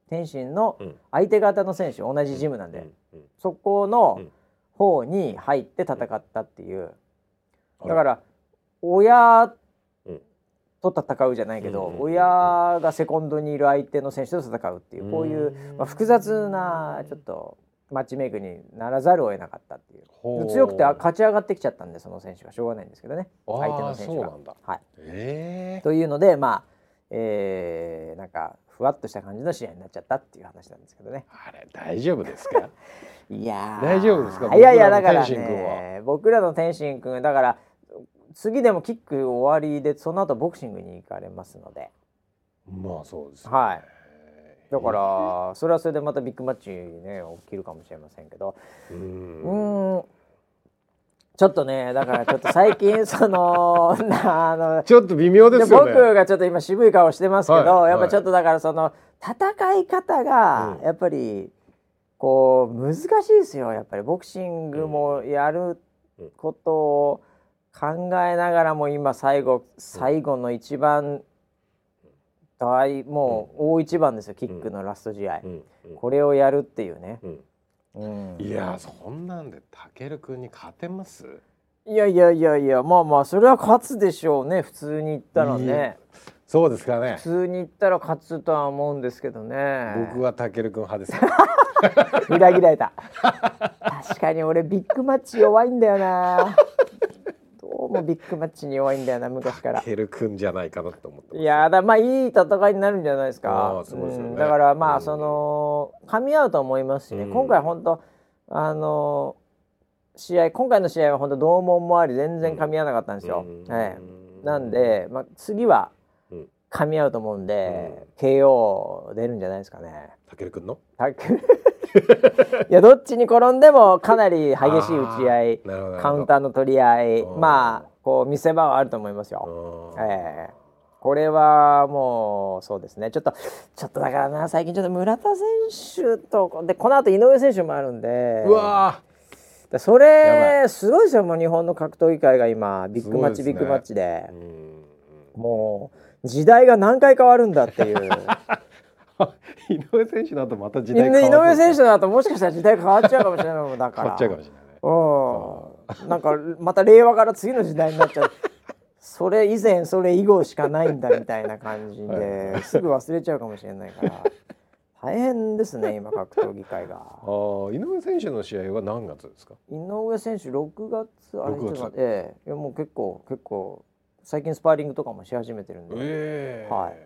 天心の相手方の選手、同じジムなんで、うんうん、そこの方に入って戦ったっていう、うん、だから親と戦うじゃないけど、うん、親がセコンドにいる相手の選手と戦うっていう、こういう、まあ、複雑なちょっとマッチメイクにならざるを得なかったっていう、強くて勝ち上がってきちゃったんで、その選手がしょうがないんですけどね、相手の選手が。そうなんだ、はい、えー、というのでまあ、えー、なんかふわっとした感じの試合になっちゃったっていう話なんですけどね。 あれ大丈夫ですか？いや大丈夫ですか？ いやいやだからね、僕らの天心君だから次でもキック終わりでその後ボクシングに行かれますので、 まあそうですね、 はい、だからそれはそれでまたビッグマッチね起きるかもしれませんけど、うーんちょっとねだからちょっと最近そのあのちょっと微妙ですよね。 僕がちょっと今渋い顔してますけど、はい、やっぱちょっとだからその戦い方がやっぱりこう難しいですよ。やっぱりボクシングもやることを考えながらも今最後最後の一番大もう大一番ですよ、キックのラスト試合、これをやるっていうね、 うん、いやそんなんでタケル君に勝てます？ いやいやいやいや、まあまあそれは勝つでしょうね、普通に言ったらね。 そうですかね。 普通に言ったら勝つとは思うんですけどね。 僕はタケル君派です。 裏切られた。確かに俺ビッグマッチ弱いんだよな。どうもビッグマッチに弱いんだよな、昔から。 タケル君じゃないかなと思ってます。 いやだまあいい戦いになるんじゃないですか。そうですよね、うん、だからまあその噛み合うと思いますしね、うん、今回本当あの試合今回の試合は本当同門もあり全然噛み合わなかったんですよ、うんはい、なんで、まあ、次は噛み合うと思うんで、うん、ケーオー 出るんじゃないですかね。 タケル君のタケルいやどっちに転んでもかなり激しい打ち合いカウンターの取り合い、まあこう見せ場はあると思いますよ、えー、これはもうそうですね、ちょっとちょっとだからな、最近ちょっと村田選手とでこの後井上選手もあるんで、 うわそれすごいですよ。もう日本の格闘技界が今ビッグマッチ、ね、ビッグマッチで、うん、もう時代が何回変わるんだっていう井上選手の後また時代変わる。 井上選手の後もしかしたら時代変わっちゃうかもしれないもんだから。 変わっちゃうかもしれないね。 うん。なんかまた令和から次の時代になっちゃう。それ以前それ以後しかないんだみたいな感じで、はい、すぐ忘れちゃうかもしれないから大変ですね今格闘技界が。ああ、井上選手の試合は何月ですか？ 井上選手ろくがつあれちょっと待って、ええ、いやもう結構結構最近スパーリングとかもし始めてるんで、えー、はい。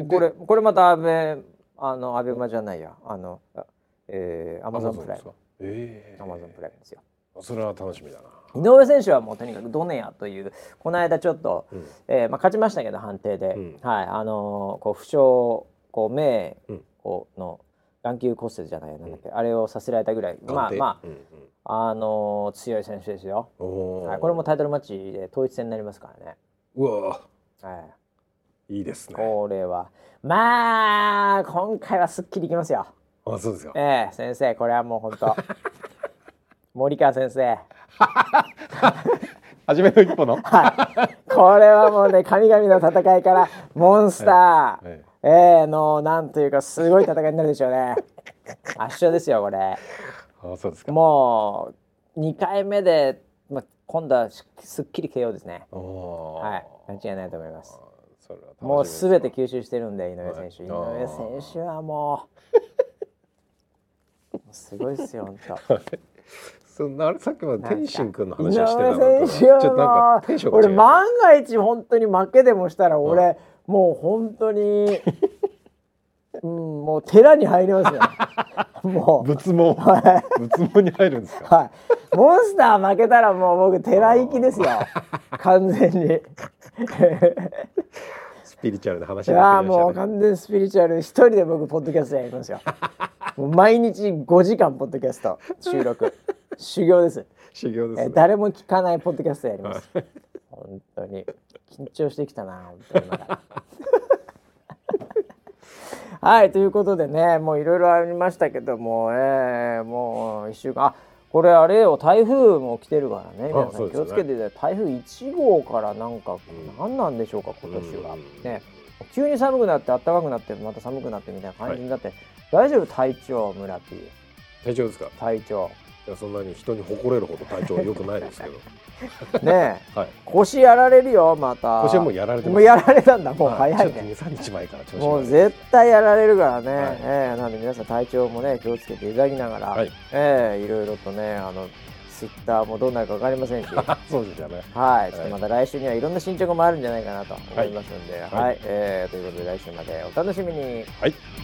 これこれまた安倍あのアベマじゃないやあの、えー、アマゾンプライム、えー、アマゾンプライムですよ。 それは楽しみだな。 井上選手はもうとにかくドネアというこの間ちょっと、うんえーまあ、勝ちましたけど判定で、うんはいあのー、こう負傷こう目こうの眼球骨折じゃないなんだっけ、うん、あれをさせられたぐらいまあまあ、うんうんあのー、強い選手ですよ、はい、これもタイトルマッチで統一戦になりますからね。 うわ、はい、いいですね。 これはまあ今回はすっきりいきますよ。 あ、そうですか。 ええ先生これはもう本当森川先生初めの一歩のはいこれはもうね神々の戦いからモンスター、はいはい、えー、のなんというかすごい戦いになるでしょうね圧勝ですよこれ。あ、 そうですか。 もうにかいめで、ま、今度はすっきり ケーオー ですね。はい、間違いないと思います。それはもうすべて吸収してるんで井上選手、はい、井上選手はもうすごいですよ本当そんなあれさっきまで天心君の話をしてたのとちょっとなんかテンションが違う。俺万が一本当に負けでもしたら俺、うん、もう本当にうん、もう寺に入りますよもう仏門、はい、仏門に入るんですか。 はい、モンスター負けたらもう僕寺行きですよ完全にスピリチュアルな話になってきましたね。 いやもう完全スピリチュアル一人で僕ポッドキャストやりますよもう毎日ごじかんポッドキャスト収録修行です修行です、ね、 え誰も聞かないポッドキャストやります本当に緊張してきたな本当にまだはいということでねもういろいろありましたけども、えー、もういっしゅうかんあこれあれよ台風も来てるからね皆さん気をつけて、ね、台風いち号からなんか、うん、何なんでしょうか今年は、うん、ね急に寒くなって暖かくなってまた寒くなってみたいな感じになって、 大丈夫体調村 P。 体調ですか？ 体調。 いやそんなに人に誇れるほど体調は良くないですけど。 ねえ、 はい、 腰やられるよまた。 腰はもうやられてます。 もうやられたんだもう早いね。 ちょっとにさんにちまえから調子がもう絶対やられるからね。 はい、 えー、なんで皆さん体調もね気をつけていただきながら、はい、えー、いろいろとねあのツイッターもどうなるか分かりませんしそうですよね。 はい、ちょっとまた来週にはいろんな進捗もあるんじゃないかなと思いますんで、はい、 はい、 えー、ということで来週までお楽しみに。 はい。